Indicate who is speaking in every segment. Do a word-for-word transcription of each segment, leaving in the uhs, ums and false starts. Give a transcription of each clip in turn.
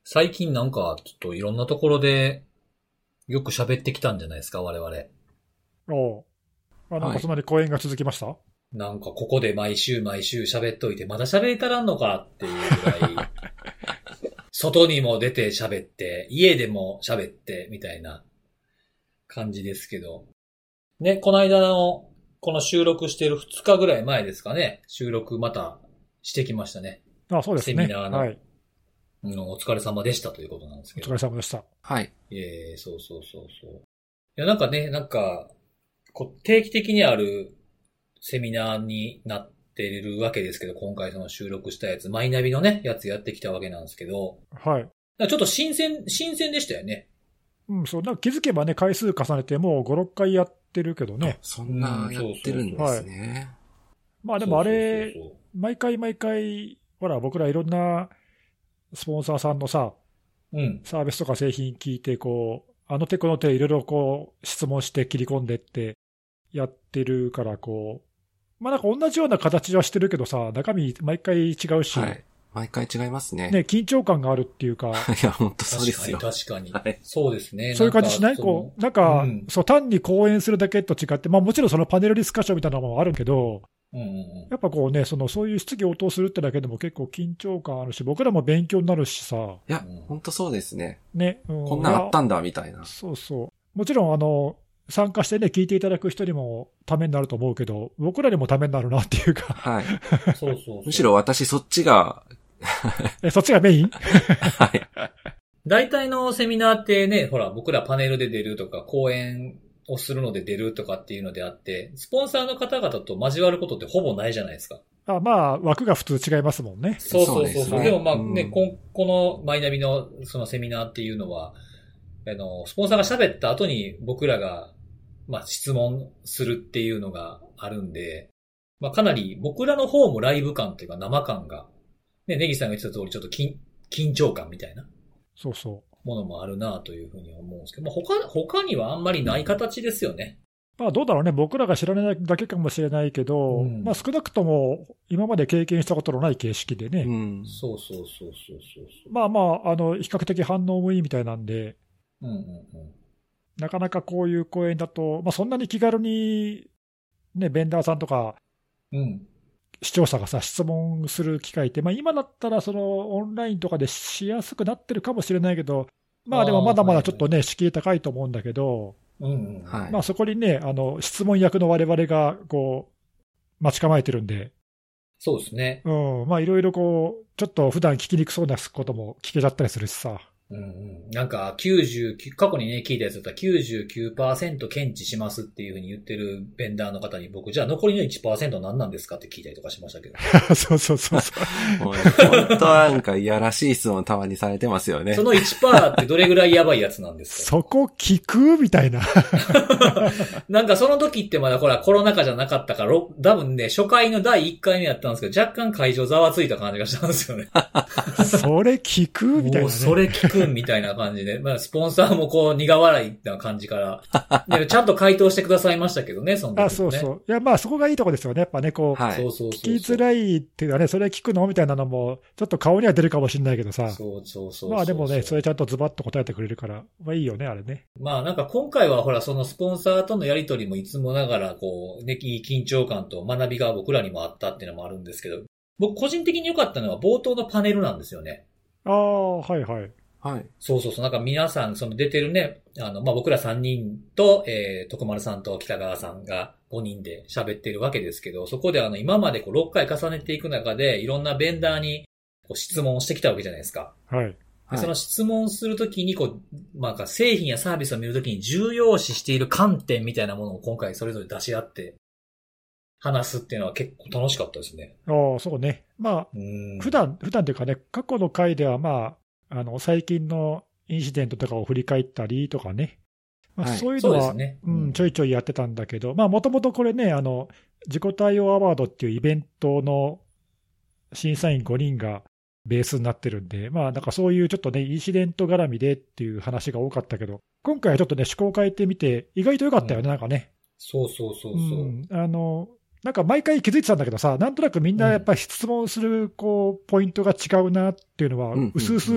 Speaker 1: 最近なんか、ちょっといろんなところで、よく喋ってきたんじゃないですか、我々。
Speaker 2: おうあ、なん
Speaker 3: はい。
Speaker 2: かそんなに公演が続きました？
Speaker 1: なんか、ここで毎週毎週喋っといて、まだ喋り足らんのかっていうぐらい、外にも出て喋って、家でも喋って、みたいな感じですけど。ね、この間の、この収録してるふつかぐらい前ですかね、収録またしてきましたね。
Speaker 2: あ、そうです
Speaker 1: セミ
Speaker 2: ね。
Speaker 1: ナーの、
Speaker 2: はい。
Speaker 1: うんお疲れ様でしたということなんです
Speaker 2: お疲
Speaker 1: けど。
Speaker 2: れ様でした。
Speaker 3: はい。
Speaker 1: ええそうそうそうそう。いや、なんかね、なんか、こう定期的にあるセミナーになってるわけですけど、今回その収録したやつ、マイナビのね、やつやってきたわけなんですけど、
Speaker 2: はい。
Speaker 1: なんかちょっと新鮮、新鮮でしたよね。
Speaker 2: うん、そう、なんか気づけばね、回数重ねてもうご、ろっかいやってるけど
Speaker 3: あ、
Speaker 2: ね。
Speaker 3: そんなやってるんですね。
Speaker 2: まあでもあ
Speaker 1: そうそうそう
Speaker 2: れ、
Speaker 1: そう。
Speaker 2: 毎回毎回、ほら、僕らいろんなスポンサーさんのさ、
Speaker 1: うん。
Speaker 2: サービスとか製品聞いて、こう、あの手この手いろいろこう、質問して切り込んでってやってるから、こう、まあなんか同じような形はしてるけどさ、中身毎回違うし、
Speaker 3: はい。毎回違いますね。
Speaker 2: ね、緊張感があるっていうか、
Speaker 3: いや、本当そうで
Speaker 1: 確かに
Speaker 3: すよ。
Speaker 1: 確かに。
Speaker 3: はい。
Speaker 1: そうですね。
Speaker 2: そういう感じしない
Speaker 1: その
Speaker 2: こう、なんか、
Speaker 1: うん。
Speaker 2: そう、単に講演するだけと違って、まあもちろんそのパネルディスカッションみたいなのもあるけど、
Speaker 1: うんうんうん。
Speaker 2: やっぱこうね、その、そういう質疑応答するってだけでも結構緊張感あるし、僕らも勉強になるしさ、
Speaker 3: いや
Speaker 1: うん、
Speaker 3: 本当そうですね。
Speaker 2: ね、うん、
Speaker 3: こんなんあったんだ、みたいな。
Speaker 2: そうそう。もちろん、あの、参加してね、聞いていただく人にもためになると思うけど、僕らにもためになるなっていうか。
Speaker 3: はい。
Speaker 1: そうそうそう。
Speaker 3: むしろ私そっちが、
Speaker 2: え、そっちがメイン
Speaker 3: はい。
Speaker 1: 大体のセミナーってね、ほら、僕らパネルで出るとか、講演をするので出るとかっていうのであって、スポンサーの方々と交わることってほぼないじゃないですか。
Speaker 2: あまあ、枠が普通違いますもんね。
Speaker 1: そうそうそうそう。
Speaker 3: そうですね
Speaker 1: でもまあね、
Speaker 3: うん
Speaker 1: こ、このマイナビのそのセミナーっていうのは、あの、スポンサーが喋った後に僕らが、まあ質問するっていうのがあるんで、まあかなり僕らの方もライブ感というか生感が、ね、ネギさんが言ってた通りちょっと緊緊張感みたいな
Speaker 2: そうそ
Speaker 1: ものもあるなというふうに思うんですけど、まあ他、他にはあんまりない形ですよね。
Speaker 2: う。まあ、どうだろうね。僕らが知らないだけかもしれないけど、
Speaker 1: うん
Speaker 2: まあ、少なくとも今まで経験したことのない形式でね。
Speaker 3: うん。
Speaker 1: そうそうそうそうそうそう。
Speaker 2: まあまあ、あの、比較的反応もいいみたいなんで、
Speaker 1: うんうんうん。
Speaker 2: なかなかこういう講演だと、まあ、そんなに気軽に、ね、ベンダーさんとか
Speaker 1: うん。
Speaker 2: 視聴者がさ、質問する機会って、まあ、今だったらそのオンラインとかでしやすくなってるかもしれないけど、まあでもまだまだちょっとね、敷居高いと思うんだけど、
Speaker 1: うんうんうん。
Speaker 3: はい。
Speaker 2: まあ、そこにね、あの質問役の我々がこう待ち構えてるんで、
Speaker 1: そうですね。
Speaker 2: うん、まあいろいろこう、ちょっと普段聞きにくそうなことも聞けちゃったりするしさ。
Speaker 1: うんうん。なんか、きゅうじゅうきゅう、過去にね、聞いたやつだったらきゅうじゅうきゅうパーセント検知しますっていうふうに言ってるベンダーの方に僕、じゃあ残りのいちパーセント何なんですかって聞いたりとかしましたけど。
Speaker 2: そうそうそうそう。
Speaker 3: もう本当なんかいやらしい質問たまにされてますよね。
Speaker 1: その いちパーセント ってどれぐらいやばいやつなんですか
Speaker 2: そこ聞くみたいな。
Speaker 1: なんかその時ってまだほらコロナ禍じゃなかったから、多分ね、初回のだいいっかいめやったんですけど、若干会場ざわついた感じがしたんですよね。
Speaker 2: それ聞くみたいな、ね。
Speaker 1: もうそれ聞くんみたいな感じで、まあスポンサーもこう苦笑いな感じから、でちゃんと回答してくださいましたけどね、その時もね。
Speaker 2: あ、そうそう。いや、まあそこがいいとこですよね。やっぱね、こう、
Speaker 3: はい。
Speaker 1: そうそうそうそう。
Speaker 2: 聞きづらいっていうかね、それ聞くのみたいなのも、ちょっと顔には出るかもしれないけどさ。
Speaker 1: そうそうそうそう。
Speaker 2: まあでもね、それちゃんとズバッと答えてくれるから、まあいいよね、あれね。
Speaker 1: まあなんか今回はほらそのスポンサーとのやりとりもいつもながらこう、ね、いい緊張感と学びが僕らにもあったっていうのもあるんですけど、僕個人的に良かったのは冒頭のパネルなんですよね。
Speaker 2: ああ、はいはい。
Speaker 3: はい。
Speaker 1: そうそうそう。なんか皆さん、その出てるね、あの、まあ、僕らさんにんと、えー、徳丸さんと北川さんがごにんで喋ってるわけですけど、そこであの、今までこうろっかい重ねていく中で、いろんなベンダーにこう質問をしてきたわけじゃないですか。
Speaker 2: はい。
Speaker 1: で
Speaker 3: はい
Speaker 1: その質問するときに、こう、まあ、製品やサービスを見るときに重要視している観点みたいなものを今回それぞれ出し合って話すっていうのは結構楽しかったですね。
Speaker 2: ああ、そうね。まあ、
Speaker 1: うん
Speaker 2: 普段、普段というかね、過去の回ではまあ、あの、最近のインシデントとかを振り返ったりとかね。まあ、
Speaker 3: はい
Speaker 2: そういうのは、
Speaker 1: そうですね。
Speaker 2: う
Speaker 1: うん
Speaker 2: ん、ちょいちょいやってたんだけど、まあ、もともとこれね、あの、自己対応アワードっていうイベントの審査員ごにんがベースになってるんで、まあ、なんかそういうちょっとね、インシデント絡みでっていう話が多かったけど、今回はちょっとね、趣向を変えてみて、意外と良かったよね、
Speaker 1: うん
Speaker 2: なんかね。
Speaker 1: そうそうそうそう。
Speaker 2: うん、あの、なんか毎回気づいてたんだけどさ、なんとなくみんなやっぱり質問するこうポイントが違うなっていうのは
Speaker 3: うん、
Speaker 2: うすうす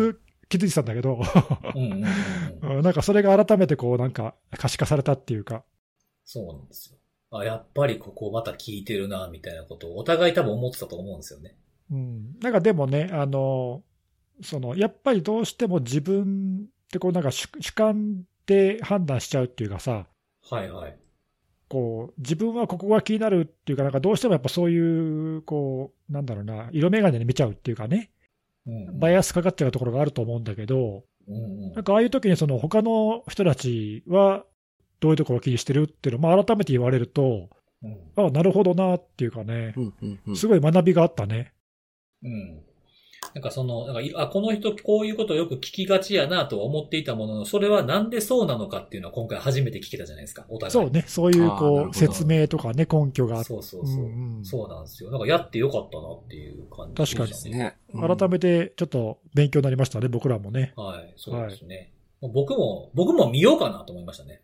Speaker 2: 気づいてたんだけど、
Speaker 1: うんうんうんうん、
Speaker 2: なんかそれが改めてこうなんか可視化されたっていうか。
Speaker 1: そうなんですよ。あ、やっぱりここまた聞いてるな、みたいなことをお互い多分思ってたと思うんですよね。
Speaker 2: うん。なんかでもね、あの、その、やっぱりどうしても自分ってこうなんか主主観で判断しちゃうっていうかさ、
Speaker 1: はいはい。
Speaker 2: こう、自分はここが気になるっていうか、なんかどうしてもやっぱそういう、こう、なんだろうな、色眼鏡で見ちゃうっていうかね、
Speaker 1: うんうん、
Speaker 2: バイアスかかっちゃうところがあると思うんだけど、
Speaker 1: うんうん、
Speaker 2: なんかああいう時にその他の人たちはどういうところを気にしてるっていうのを、まあ、改めて言われると、うん、ああ、なるほどなっていうかね、うんうんうん、すごい学びがあったね。
Speaker 1: うん。なんかその、なんかあ、この人こういうことをよく聞きがちやなと思っていたものの、それはなんでそうなのかっていうのは今回初めて聞けたじゃないですか、お互い。
Speaker 2: そうね、そういうこう説明とかね、根拠があって。
Speaker 1: そうそうそう、うんうん。そうなんですよ。なんかやってよかったなっていう感じでしたね。
Speaker 2: 確かにね、うん。改めてちょっと勉強になりましたね、僕らもね。
Speaker 1: はい、そうですね。はい、僕も、僕も見ようかなと思いましたね。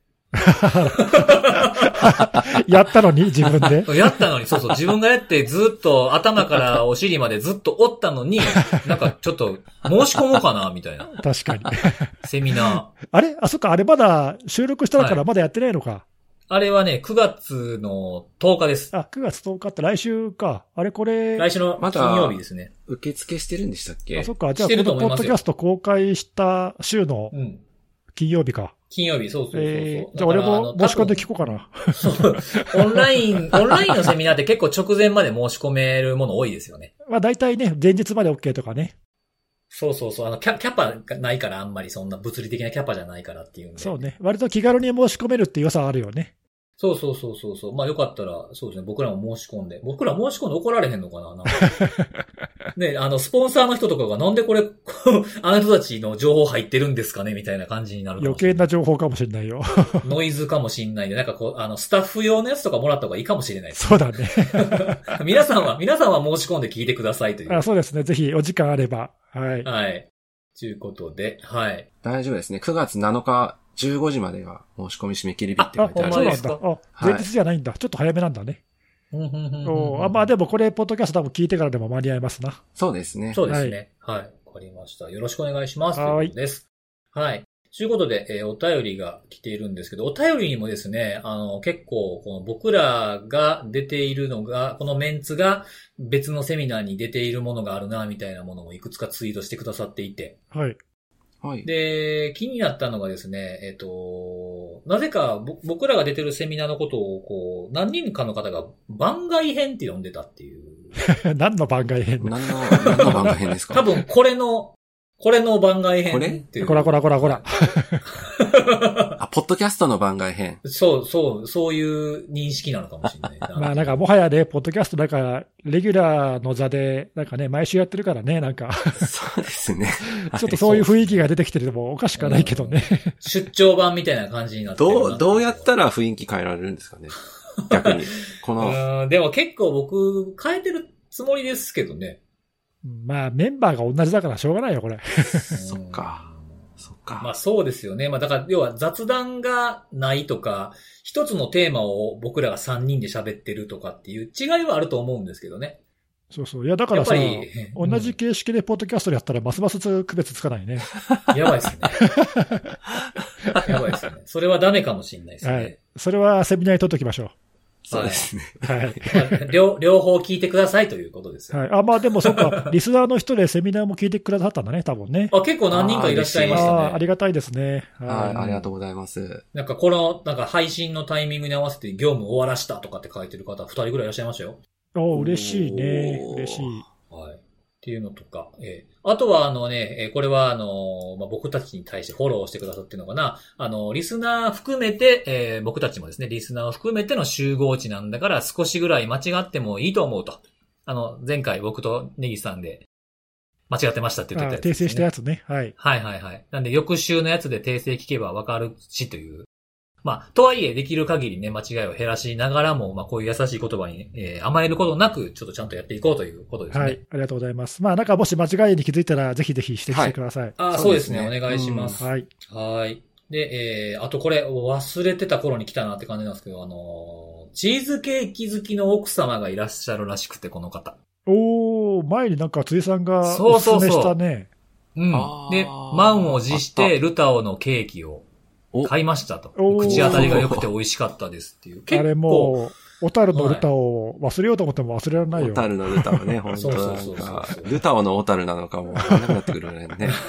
Speaker 2: やったのに自分で
Speaker 1: やったのに、そうそう、自分がやってずっと頭からお尻までずっとおったのに、なんかちょっと申し込もうかな、みたいな。
Speaker 2: 確かに。
Speaker 1: セミナ
Speaker 2: ー。あれあ、そっか、あれまだ収録したからまだやってないのか。はい、
Speaker 1: あれはね、くがつのとおかです。
Speaker 2: あ、くがつとおかって来週か。あれこれ。
Speaker 1: 来週の金曜日ですね。
Speaker 3: ま、受付してるんでしたっけ？
Speaker 2: あ、そっか。じゃあこのポッドキャスト公開した週の金曜日か。うん、
Speaker 1: 金曜日、そうそうそうそう、
Speaker 2: えー。じゃあ俺も申し込んで聞こうかな。
Speaker 1: そう。オンライン、オンラインのセミナーって結構直前まで申し込めるもの多いですよね。
Speaker 2: まあ大体ね、前日まで OK とかね。
Speaker 1: そうそうそう。あの、キャ、キャパがないからあんまりそんな物理的なキャパじゃないからっていうんで。
Speaker 2: そうね。割と気軽に申し込めるって良さあるよね。
Speaker 1: そうそうそうそうそう。まあよかったら、そうですね。僕らも申し込んで。僕ら申し込んで怒られへんのかななんかね、あの、スポンサーの人とかがなんでこれ、あの人たちの情報入ってるんですかねみたいな感じになるかもしれない。
Speaker 2: 余計な情報かもしれないよ。
Speaker 1: ノイズかもしれないんで、なんかこう、あの、スタッフ用のやつとかもらった方がいいかもしれないです、
Speaker 2: ね。そうだね。
Speaker 1: 皆さんは、皆さんは申し込んで聞いてくださいという。
Speaker 2: あ、そうですね。ぜひお時間あれば。はい。
Speaker 1: はい。ということで、はい。
Speaker 3: 大丈夫ですね。くがつなのか、じゅうごじまでが申し込み締め切り日って書いてある。
Speaker 2: あ、そうなんだ。あ、前日じゃないんだ。はい、ちょっと早めなんだね。おあまあでもこれ、ポッドキャスト多分聞いてからでも間に合いますな。
Speaker 3: そうですね。
Speaker 1: そうですね。はい。わ、はい、かりました。よろしくお願いします。はい。ということです。はい。ということで、えー、お便りが来ているんですけど、お便りにもですね、あの、結構、この僕らが出ているのが、このメンツが別のセミナーに出ているものがあるな、みたいなものをいくつかツイートしてくださっていて。
Speaker 2: はい。
Speaker 3: はい。
Speaker 1: で、気になったのがですね、えっと、なぜか僕らが出てるセミナーのことを、こう、何人かの方が番外編って呼んでたっていう。
Speaker 2: 何の番外編
Speaker 3: 何の、何の番外編ですか？
Speaker 1: 多分これの、これの番外編っていう。
Speaker 2: これこらこらこらこら。
Speaker 3: あ、ポッドキャストの番外編。
Speaker 1: そう、そう、そういう認識なのかもしれない。
Speaker 2: まあなんかもはやね、ポッドキャストなんか、レギュラーの座で、なんかね、毎週やってるからね、なんか。
Speaker 3: そうですね。
Speaker 2: ちょっとそういう雰囲気が出てきてるのもおかしくはないけどね。
Speaker 1: 出張版みたいな感じになってる。
Speaker 3: どう、どうやったら雰囲気変えられるんですかね。逆に。この。
Speaker 1: うん、でも結構僕、変えてるつもりですけどね。
Speaker 2: まあ、メンバーが同じだからしょうがないよ、これ。
Speaker 3: そっか。そっか。
Speaker 1: まあそうですよね。まあだから、要は雑談がないとか、一つのテーマを僕らが三人で喋ってるとかっていう違いはあると思うんですけどね。
Speaker 2: そうそう。いや、だからさ、うん、同じ形式でポッドキャストでやったらますます区別つかないね。
Speaker 1: やばいですね。やばいですね。それはダメかもしれないですね。
Speaker 2: はい。それはセミナーに取っておきましょう。
Speaker 3: そうですね。
Speaker 2: はい。
Speaker 1: 両、両方聞いてくださいということですよ。
Speaker 2: はい。あ、まあでもそうか、リスナーの人でセミナーも聞いてくださったんだね、多分ね。
Speaker 1: あ、結構何人かいらっしゃいましたね。
Speaker 2: あ, ありがたいですね。
Speaker 3: はい。ありがとうございます。
Speaker 1: なんかこの、なんか配信のタイミングに合わせて業務終わらしたとかって書いてる方、二人ぐらいいらっしゃいましたよ。
Speaker 2: お、嬉しいね。嬉しい。
Speaker 1: はい。っていうのとか、えー、あとはあのね、えー、これはあのー、まあ、僕たちに対してフォローしてくださってるのかな、あの、リスナー含めて、えー、僕たちもですね、リスナーを含めての集合値なんだから少しぐらい間違ってもいいと思うと。あの、前回僕とネギさんで間違ってましたって言ってたやつですね。
Speaker 2: 訂正したやつね。はい。
Speaker 1: はいはいはい。なんで翌週のやつで訂正聞けばわかるしという。まあ、とはいえできる限りね、間違いを減らしながらも、まあこういう優しい言葉に、えー、甘えることなく、ちょっとちゃんとやっていこうということですね。はい。
Speaker 2: ありがとうございます。まあなんかもし間違いに気づいたら、ぜひぜひ指摘してください。はい、
Speaker 1: あ、そうですね。お願いします。
Speaker 2: うん、はい。
Speaker 1: はい。で、えー、あとこれ、忘れてた頃に来たなって感じなんですけど、あのー、チーズケーキ好きの奥様がいらっしゃるらしくて、この方。
Speaker 2: おー、前になんか辻さんがおすすめしたね。
Speaker 1: そうそうそう。 うん。で、満を持してルタオのケーキを買いましたと。口当たりが良くて美味しかったですっていう。結構。
Speaker 2: あれもう、小樽のルタオを忘れようと思っても忘れられないよ。
Speaker 3: 小樽のルタオね、本当なんか、ルタオの小樽なのかもわかんなくなってくるね。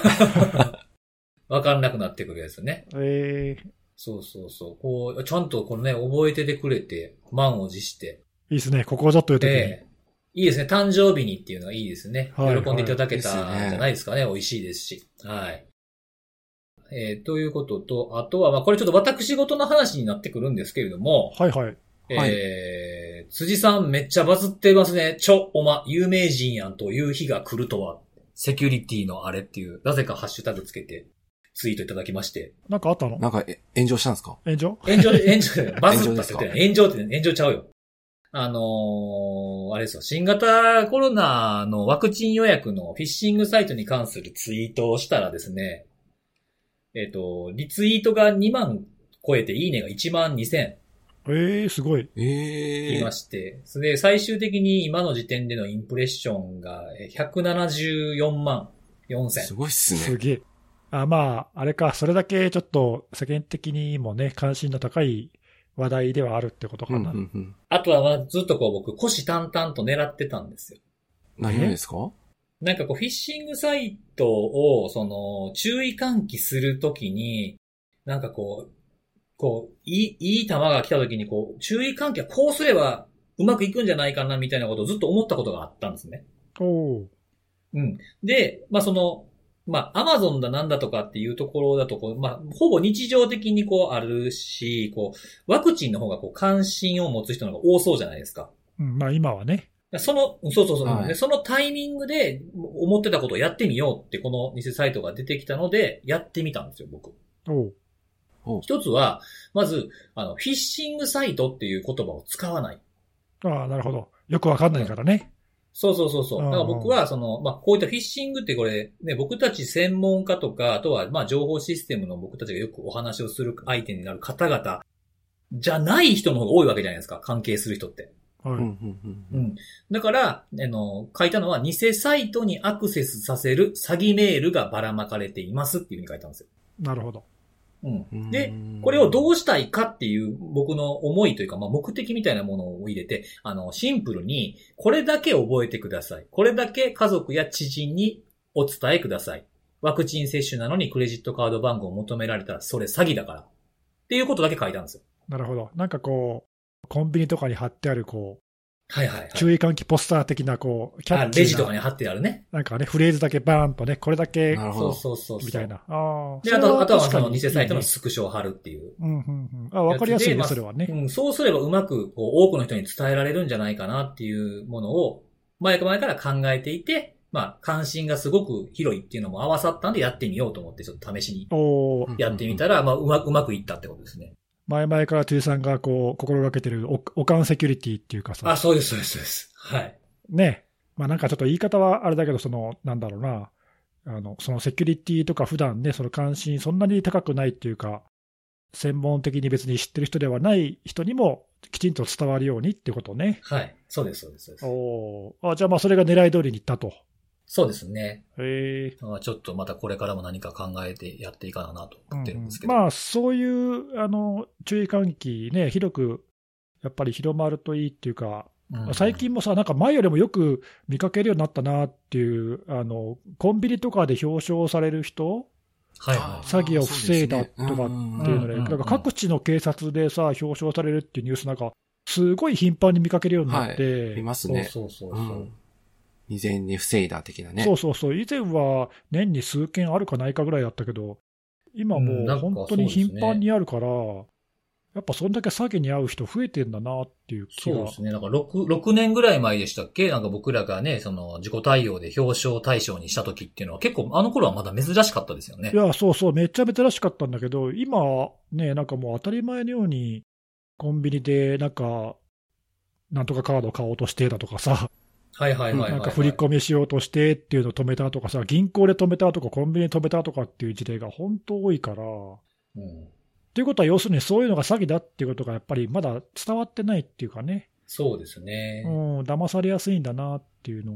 Speaker 1: わかんなくなってくるやつね。
Speaker 2: ええー。
Speaker 1: そうそうそう。こう、ちゃんとこのね、覚えててくれて、満を持して。
Speaker 2: いいですね、ここぞという時に。
Speaker 1: えーいいですね。誕生日にっていうのはいいですね。はいはい、喜んでいただけたんじゃないですかね。美味しいですし。はい。えー、ということと、あとは、まあ、これちょっと私事の話になってくるんですけれども。
Speaker 2: はいはい。
Speaker 1: えー、辻さんめっちゃバズってますね。ちょ、おま、有名人やんという日が来るとは。セキュリティのあれっていう、なぜかハッシュタグつけてツイートいただきまして。
Speaker 2: なんかあったの？
Speaker 3: なんか炎上したんですか？
Speaker 2: 炎上
Speaker 1: 炎上、炎上、バズったって言ってない。炎上って、炎上ちゃうよ。あのー、あれですよ、新型コロナのワクチン予約のフィッシングサイトに関するツイートをしたらですね、えっと、リツイートがにまん超えて、いいねがいちまんにせん。
Speaker 2: ええー、すごい。
Speaker 3: ええー。
Speaker 1: いまして、で、最終的に今の時点でのインプレッションがひゃくななじゅうよんまんよんせん。
Speaker 3: すごいっすね。
Speaker 2: すげえ。あ、まあ、あれか、それだけちょっと世間的にもね、関心の高い話題ではあるってことかな。
Speaker 3: うんうんうん、
Speaker 1: あとはずっとこう僕、虎視眈々と狙ってたんですよ。
Speaker 3: 何がですか？
Speaker 1: なんかこう、フィッシングサイトを、その、注意喚起するときに、なんかこう、こう、いい、いい球が来たときに、こう、注意喚起はこうすればうまくいくんじゃないかな、みたいなことをずっと思ったことがあったんですね。
Speaker 2: おー。
Speaker 1: うん。で、まあその、まあ、アマゾンだなんだとかっていうところだと、こう、まあ、ほぼ日常的にこうあるし、こう、ワクチンの方がこう関心を持つ人の方が多そうじゃないですか。
Speaker 2: うん、まあ今はね。
Speaker 1: その、そうそうそう、
Speaker 3: はい、
Speaker 1: で。そのタイミングで思ってたことをやってみようって、この偽サイトが出てきたので、やってみたんですよ、僕。
Speaker 2: おう。
Speaker 3: おう。
Speaker 1: 一つは、まず、あの、フィッシングサイトっていう言葉を使わない。
Speaker 2: ああ、なるほど。よくわかんないからね。
Speaker 1: そうそうそうそう。だから僕は、その、まあ、こういったフィッシングってこれ、ね、僕たち専門家とか、あとは、まあ、情報システムの僕たちがよくお話をする相手になる方々じゃない人の方が多いわけじゃないですか。関係する人って。
Speaker 2: はい。
Speaker 3: うんうん
Speaker 1: うん。だから、あの、書いたのは、偽サイトにアクセスさせる詐欺メールがばらまかれていますっていうふうに書いたんですよ。
Speaker 2: なるほど。
Speaker 1: うん。で、これをどうしたいかっていう僕の思いというか、まあ、目的みたいなものを入れて、あの、シンプルに、これだけ覚えてください。これだけ家族や知人にお伝えください。ワクチン接種なのにクレジットカード番号を求められたら、それ詐欺だから。っていうことだけ書いたんですよ。
Speaker 2: なるほど。なんかこう、コンビニとかに貼ってある、こう、
Speaker 1: はいはいはい。
Speaker 2: 注意喚起ポスター的な、こう、キャッチーな。
Speaker 1: レジとかに貼ってあるね。
Speaker 2: なんかね、フレーズだけバーンとね、これだけ、
Speaker 3: なるほど。
Speaker 1: そうそうそう。
Speaker 2: みたいな。ああ。
Speaker 1: で、あと、あとはその偽サイトのスクショを貼るっていう。
Speaker 2: うんうんうん。あ、わかりやすいね、それはね。
Speaker 1: うん、そうすればうまく、こう、多くの人に伝えられるんじゃないかなっていうものを、前か前から考えていて、まあ、関心がすごく広いっていうのも合わさったんでやってみようと思って、ちょっと試しに。やってみたら、まあ、うまく、うまくいったってことですね。
Speaker 2: 前々から辻さんがこう、心がけてるお、おかんセキュリティっていうかさ。
Speaker 1: あ、そうです、そうです、そうです。はい。
Speaker 2: ね。まあなんかちょっと言い方はあれだけど、その、なんだろうな。あの、そのセキュリティとか普段ね、その関心そんなに高くないっていうか、専門的に別に知ってる人ではない人にもきちんと伝わるようにってことね。
Speaker 1: はい。そうです、そうです、そうです。
Speaker 2: おあ、じゃあまあそれが狙い通りにいったと。
Speaker 1: そうですね。
Speaker 2: へえ。
Speaker 1: ちょっとまたこれからも何か考えてやっていかななと思ってるんですけど。
Speaker 2: うん、まあそういう、あの、注意喚起ね、広くやっぱり広まるといいっていうか、うんうん、最近もさ、なんか前よりもよく見かけるようになったなっていう、あのコンビニとかで表彰される人、
Speaker 1: はいはい、
Speaker 2: 詐欺を防いだとかっていうので、なんか各地の警察でさ、表彰されるっていうニュース、なんか、すごい頻繁に見かけるようになって、
Speaker 3: はい、いますね。
Speaker 1: そうそうそうそう、うん、
Speaker 3: 未然に防いだ的なね。
Speaker 2: そうそうそう、以前は年に数件あるかないかぐらいだったけど、今もう本当に頻繁にあるから、うんやっぱそんだけ詐欺に遭う人増えてんだなっていう気が。
Speaker 1: そうですね。なんか6、6年ぐらい前でしたっけなんか僕らがね、その自己対応で表彰対象にした時っていうのは結構あの頃はまだ珍しかったですよね。
Speaker 2: いや、そうそう、めっちゃ珍しかったんだけど、今ね、なんかもう当たり前のようにコンビニでなんか、なんとかカード買おうとしてだとかさ。
Speaker 1: はいはいはいはい、はい。
Speaker 2: なんか振り込みしようとしてっていうのを止めたとかさ、銀行で止めたとかコンビニで止めたとかっていう事例が本当多いから。うんということは、要するにそういうのが詐欺だっていうことがやっぱりまだ伝わってないっていうかね。
Speaker 1: そうですね。
Speaker 2: うん、騙されやすいんだなっていうのが。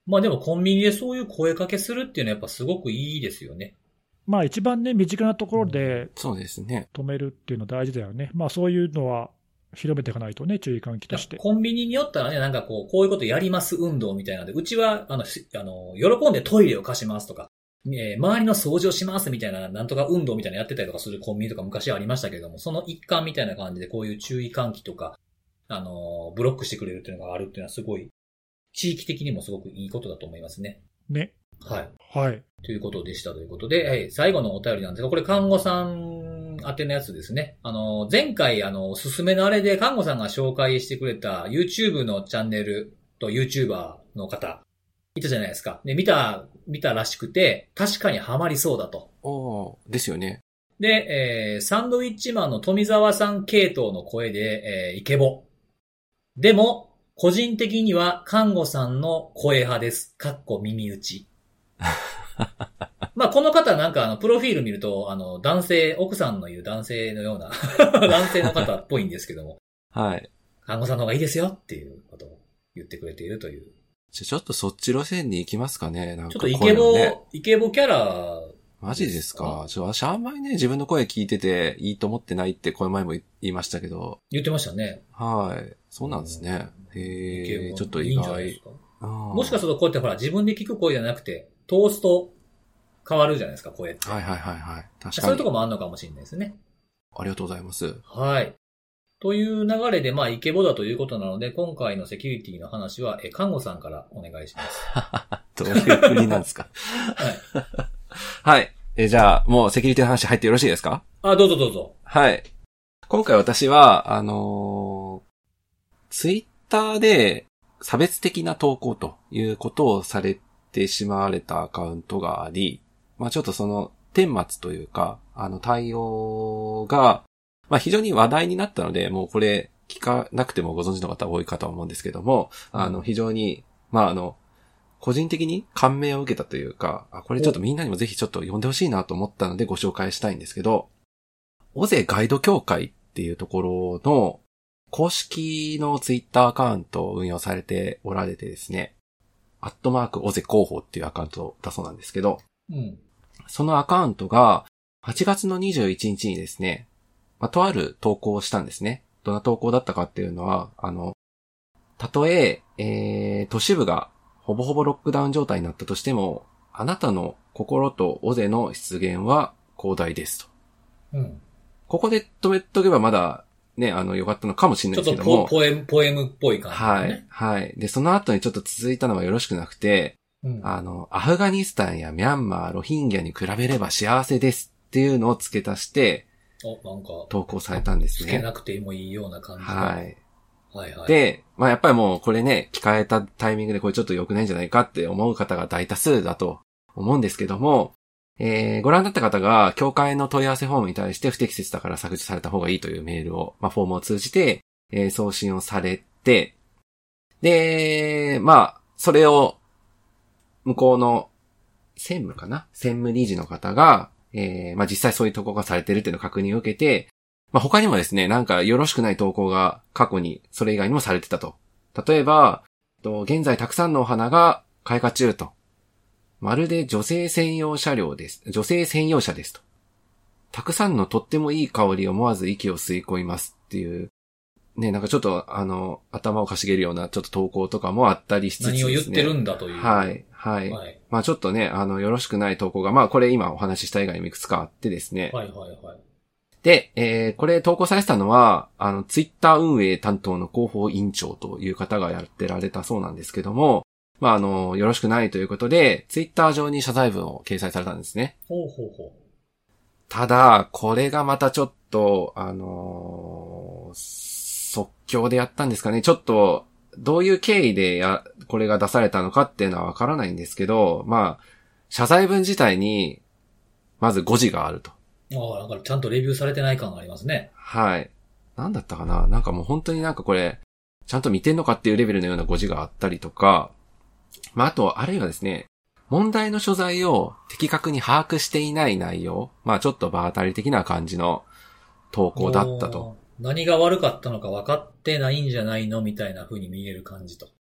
Speaker 1: まあでもコンビニでそういう声かけするっていうのはやっぱすごくいいですよね。
Speaker 2: まあ一番ね、身近なところで
Speaker 3: そうですね。
Speaker 2: 止めるっていうの大事だよね。まあそういうのは広めていかないとね、注意喚起として。
Speaker 1: コンビニによったらね、なんかこう、こういうことやります運動みたいなので、うちは、あの、あの、喜んでトイレを貸しますとか、えー、周りの掃除をしますみたいな、なんとか運動みたいなのやってたりとかするコンビニとか昔はありましたけども、その一環みたいな感じでこういう注意喚起とか、あの、ブロックしてくれるっていうのがあるっていうのはすごい、地域的にもすごくいいことだと思いますね。
Speaker 2: ね。
Speaker 1: はい。
Speaker 2: はい。
Speaker 1: ということでしたということで、はい、最後のお便りなんですが、これ看護さん宛てのやつですね。あの、前回、あの、おすすめのあれで看護さんが紹介してくれた YouTube のチャンネルと YouTuber の方、いたじゃないですか。で、見た、見たらしくて、確かにハマりそうだと。
Speaker 3: おー、ですよね。
Speaker 1: で、えー、サンドウィッチマンの富澤さん系統の声で、えー、イケボ。でも、個人的には看護さんの声派です。かっこ耳打ち。まあ、この方なんかあの、プロフィール見ると、あの、男性、奥さんの言う男性のような、男性の方っぽいんですけども。
Speaker 3: はい。
Speaker 1: 看護さんの方がいいですよっていうことを言ってくれているという。
Speaker 3: じゃ、ちょっとそっち路線に行きますかね。なんか、
Speaker 1: ちょっとイケボ、
Speaker 3: ね、
Speaker 1: イケボキャラ、
Speaker 3: マジですか。ちょ、私あんまりね、自分の声聞いてていいと思ってないってこの前も言いましたけど。
Speaker 1: 言ってましたね。
Speaker 3: はい。そうなんですね。へえ、ちょっと意外。
Speaker 1: いいんじゃないですか。もしかするとこうやってほら、自分で聞く声じゃなくて、通すと変わるじゃないですか、声って。
Speaker 3: はいはいはいはい。確かに。
Speaker 1: そういうとこもあるのかもしれないですね。
Speaker 3: ありがとうございます。
Speaker 1: はい。という流れで、まあ、イケボだということなので、今回のセキュリティの話は、え、看護さんからお願いします。
Speaker 3: どういうふりなんですか。はい。はい。え、じゃあ、もうセキュリティの話入ってよろしいですか？
Speaker 1: あ、どうぞどうぞ。
Speaker 3: はい。今回私は、あのー、ツイッターで差別的な投稿ということをされてしまわれたアカウントがあり、まあちょっとその、顛末というか、あの対応が、まあ非常に話題になったので、もうこれ聞かなくてもご存知の方多いかと思うんですけども、うん、あの非常に、まああの、個人的に感銘を受けたというか、あ、これちょっとみんなにもぜひちょっと読んでほしいなと思ったのでご紹介したいんですけど、オゼガイド協会っていうところの公式のツイッターアカウントを運用されておられてですね、アットマークオゼ広報っていうアカウントだそうなんですけど、
Speaker 1: うん、そ
Speaker 3: のアカウントがはちがつのにじゅういちにちにですね、まあ、とある投稿をしたんですね。どんな投稿だったかっていうのは、あの、たとえ、えー、都市部がほぼほぼロックダウン状態になったとしても、あなたの心とオゼの出現は広大ですと。
Speaker 1: うん。
Speaker 3: ここで止めとけばまだね、あの、良かったのかもしれないですけども。
Speaker 1: ちょっとポエム、ポエムっぽい感じ、
Speaker 3: ね。はい。はい。で、その後にちょっと続いたのはよろしくなくて、うん、あの、アフガニスタンやミャンマー、ロヒンギャに比べれば幸せですっていうのを付け足して、
Speaker 1: お、なんか、
Speaker 3: 投稿されたんですね。
Speaker 1: 付けなくてもいいような感じ。
Speaker 3: はい。
Speaker 1: はいはい。
Speaker 3: で、まあやっぱりもうこれね、聞かれたタイミングでこれちょっと良くないんじゃないかって思う方が大多数だと思うんですけども、えー、ご覧になった方が、協会の問い合わせフォームに対して不適切だから削除された方がいいというメールを、まあフォームを通じて、えー、送信をされて、で、まあ、それを、向こうの、専務かな専務理事の方が、えー、まあ実際そういう投稿がされてるっていうのを確認を受けて、まあ他にもですね、なんかよろしくない投稿が過去にそれ以外にもされてたと。例えば、現在たくさんのお花が開花中と。まるで女性専用車両です。女性専用車ですと。たくさんのとってもいい香りを思わず息を吸い込みますっていう、ね、なんかちょっとあの、頭をかしげるようなちょっと投稿とかもあったりしつつですね。
Speaker 1: 何を言ってるんだという。
Speaker 3: はい、はい。はい、まあちょっとね、あの、よろしくない投稿が、まあこれ今お話しした以外にもいくつかあってですね。
Speaker 1: はいはいはい。
Speaker 3: で、えー、これ投稿されてたのは、あの、ツイッター運営担当の広報委員長という方がやってられたそうなんですけども、まあ、あの、よろしくないということで、ツイッター上に謝罪文を掲載されたんですね。
Speaker 1: ほうほうほう。
Speaker 3: ただ、これがまたちょっと、あのー、即興でやったんですかね。ちょっと、どういう経緯でや、これが出されたのかっていうのはわからないんですけど、まあ、謝罪文自体に、まず誤字があると。
Speaker 1: ああ、だからちゃんとレビューされてない感がありますね。
Speaker 3: はい。なんだったかな？なんかもう本当になんかこれ、ちゃんと見てんのかっていうレベルのような誤字があったりとか、まあ、あと、あるいはですね、問題の所在を的確に把握していない内容、まあちょっと場当たり的な感じの投稿だったと。
Speaker 1: 何が悪かったのか分かってないんじゃないのみたいな風に見える感じと。っ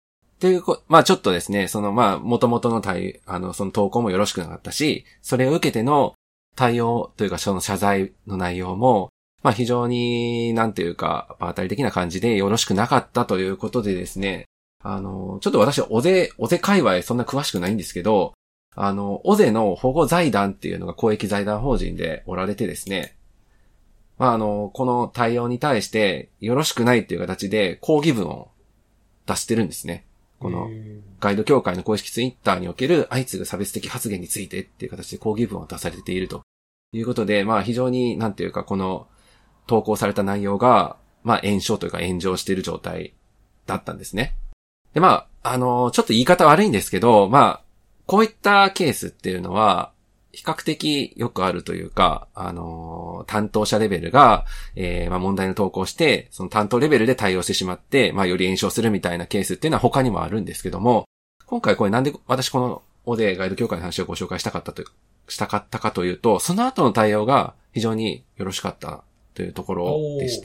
Speaker 3: というこ、まあちょっとですね、そのまあ元々の対、あの、その投稿もよろしくなかったし、それを受けての対応というかその謝罪の内容も、まあ非常に、なんていうか、場当たり的な感じでよろしくなかったということでですね、あの、ちょっと私、オゼ、オゼ界隈そんな詳しくないんですけど、あの、オゼの保護財団っていうのが公益財団法人でおられてですね、まああの、この対応に対してよろしくないっていう形で抗議文を出してるんですね。このガイド協会の公式ツイッターにおける相次ぐ差別的発言についてっていう形で抗議文を出されているということで、まあ非常になんていうかこの投稿された内容が、まあ炎症というか炎上している状態だったんですね。で、まあ、あの、ちょっと言い方悪いんですけど、まあ、こういったケースっていうのは、比較的よくあるというか、あの、担当者レベルが、えー、まあ問題の投稿して、その担当レベルで対応してしまって、まあより炎症するみたいなケースっていうのは他にもあるんですけども、今回これなんで私このオゼガイド協会の話をご紹介したかったと、したかったかというと、その後の対応が非常によろしかったというところでして、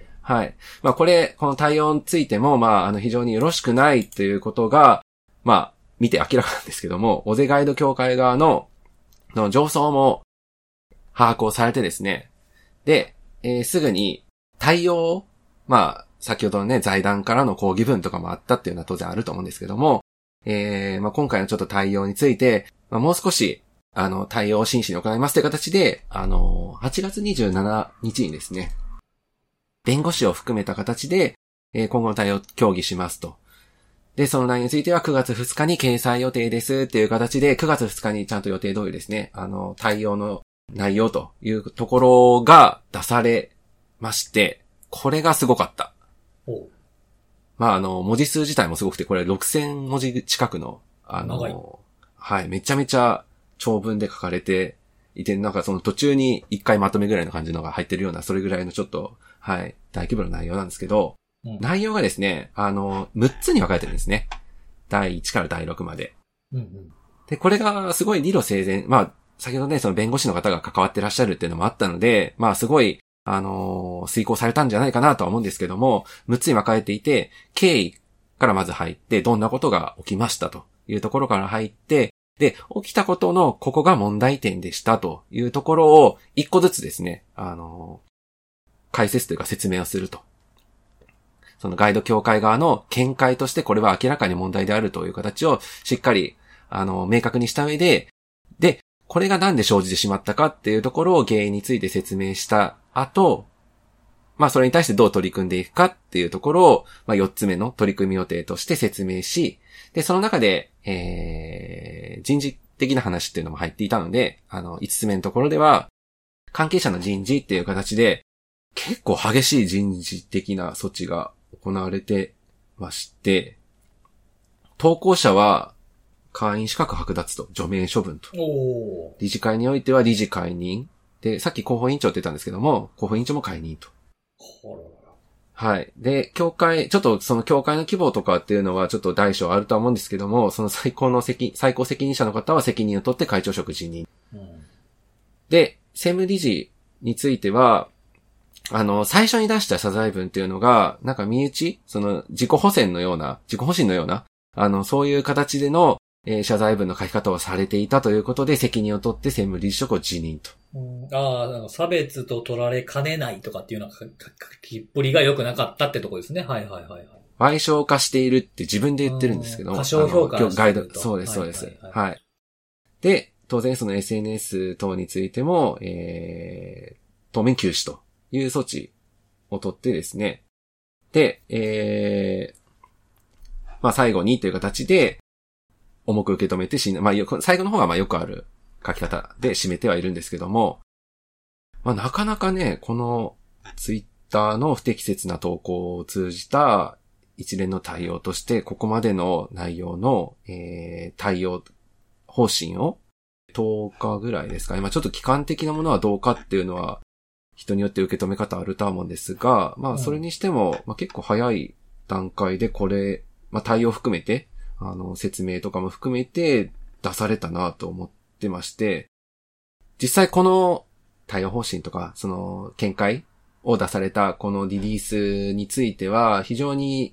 Speaker 3: はい。まあこれ、この対応についても、まああの非常によろしくないということが、まあ見て明らかなんですけども、オゼガイド協会側のの上層も把握をされてですね。で、えー、すぐに対応を、まあ、先ほどのね、財団からの抗議文とかもあったっていうのは当然あると思うんですけども、えー、まあ今回のちょっと対応について、まあもう少し、あの、対応を真摯に行いますという形で、あの、はちがつにじゅうしちにちにですね、弁護士を含めた形で、えー、今後の対応を協議しますと。で、その内容についてはくがつふつかに掲載予定ですっていう形で、くがつふつかにちゃんと予定通りですね、あの、対応の内容というところが出されまして、これがすごかった。
Speaker 1: お
Speaker 3: まあ、あの、文字数自体もすごくて、これろくせんもじ近くの、あの、はい、めちゃめちゃ長文で書かれていて、なんかその途中にいっかいまとめぐらいの感じのが入ってるような、それぐらいのちょっと、はい、大規模な内容なんですけど、うん、内容がですね、あの、むっつに分かれてるんですね。だいいちからだいろくまで。うんうん、で、これがすごい理路整然、まあ、先ほどね、その弁護士の方が関わってらっしゃるっていうのもあったので、まあ、すごい、あのー、遂行されたんじゃないかなとは思うんですけども、むっつに分かれていて、経緯からまず入って、どんなことが起きましたというところから入って、で、起きたことのここが問題点でしたというところを、一個ずつですね、あのー、解説というか説明をすると。そのガイド協会側の見解としてこれは明らかに問題であるという形をしっかり、あの、明確にした上で、で、これがなんで生じてしまったかっていうところを原因について説明した後、まあそれに対してどう取り組んでいくかっていうところを、まあよっつめの取り組み予定として説明し、で、その中で、えー、人事的な話っていうのも入っていたので、あの、いつつめのところでは、関係者の人事っていう形で、結構激しい人事的な措置が行われてまして、投稿者は会員資格剥奪と除名処分と。理事会においては理事解任。で、さっき広報委員長って言ったんですけども、広報委員長も解任と。はい。で、協会、ちょっとその協会の規模とかっていうのはちょっと大小あるとは思うんですけども、その最高の責、最高責任者の方は責任を取って会長職辞任。うん、で、専務理事については、あの、最初に出した謝罪文っていうのが、なんか身内、その自己保全のような、自己保身のような、あの、そういう形での、えー、謝罪文の書き方をされていたということで、責任を取って専務理事職を辞任と。
Speaker 1: うん、ああ、差別と取られかねないとかっていうのは、書きっぷりが良くなかったってとこですね。はいはいはい、
Speaker 3: はい。賠償化しているって自分で言ってるんですけど。
Speaker 1: 過小評価して
Speaker 3: ガイド。そうです、そうです。はい、はいはい。で、当然その エスエヌエス 等についても、えー、当面休止という措置を取ってですね。で、えー、まあ最後にという形で、重く受け止めてしん、まあ最後の方がまあよくある書き方で締めてはいるんですけども、まあなかなかね、このツイッターの不適切な投稿を通じた一連の対応として、ここまでの内容の、えー、対応方針をとおかぐらいですかね。まあちょっと期間的なものはどうかっていうのは人によって受け止め方あるとは思うんですが、まあそれにしても、まあ結構早い段階でこれ、まあ対応含めて、あの説明とかも含めて出されたなと思ってまして、実際この対応方針とか、その見解を出されたこのリリースについては非常に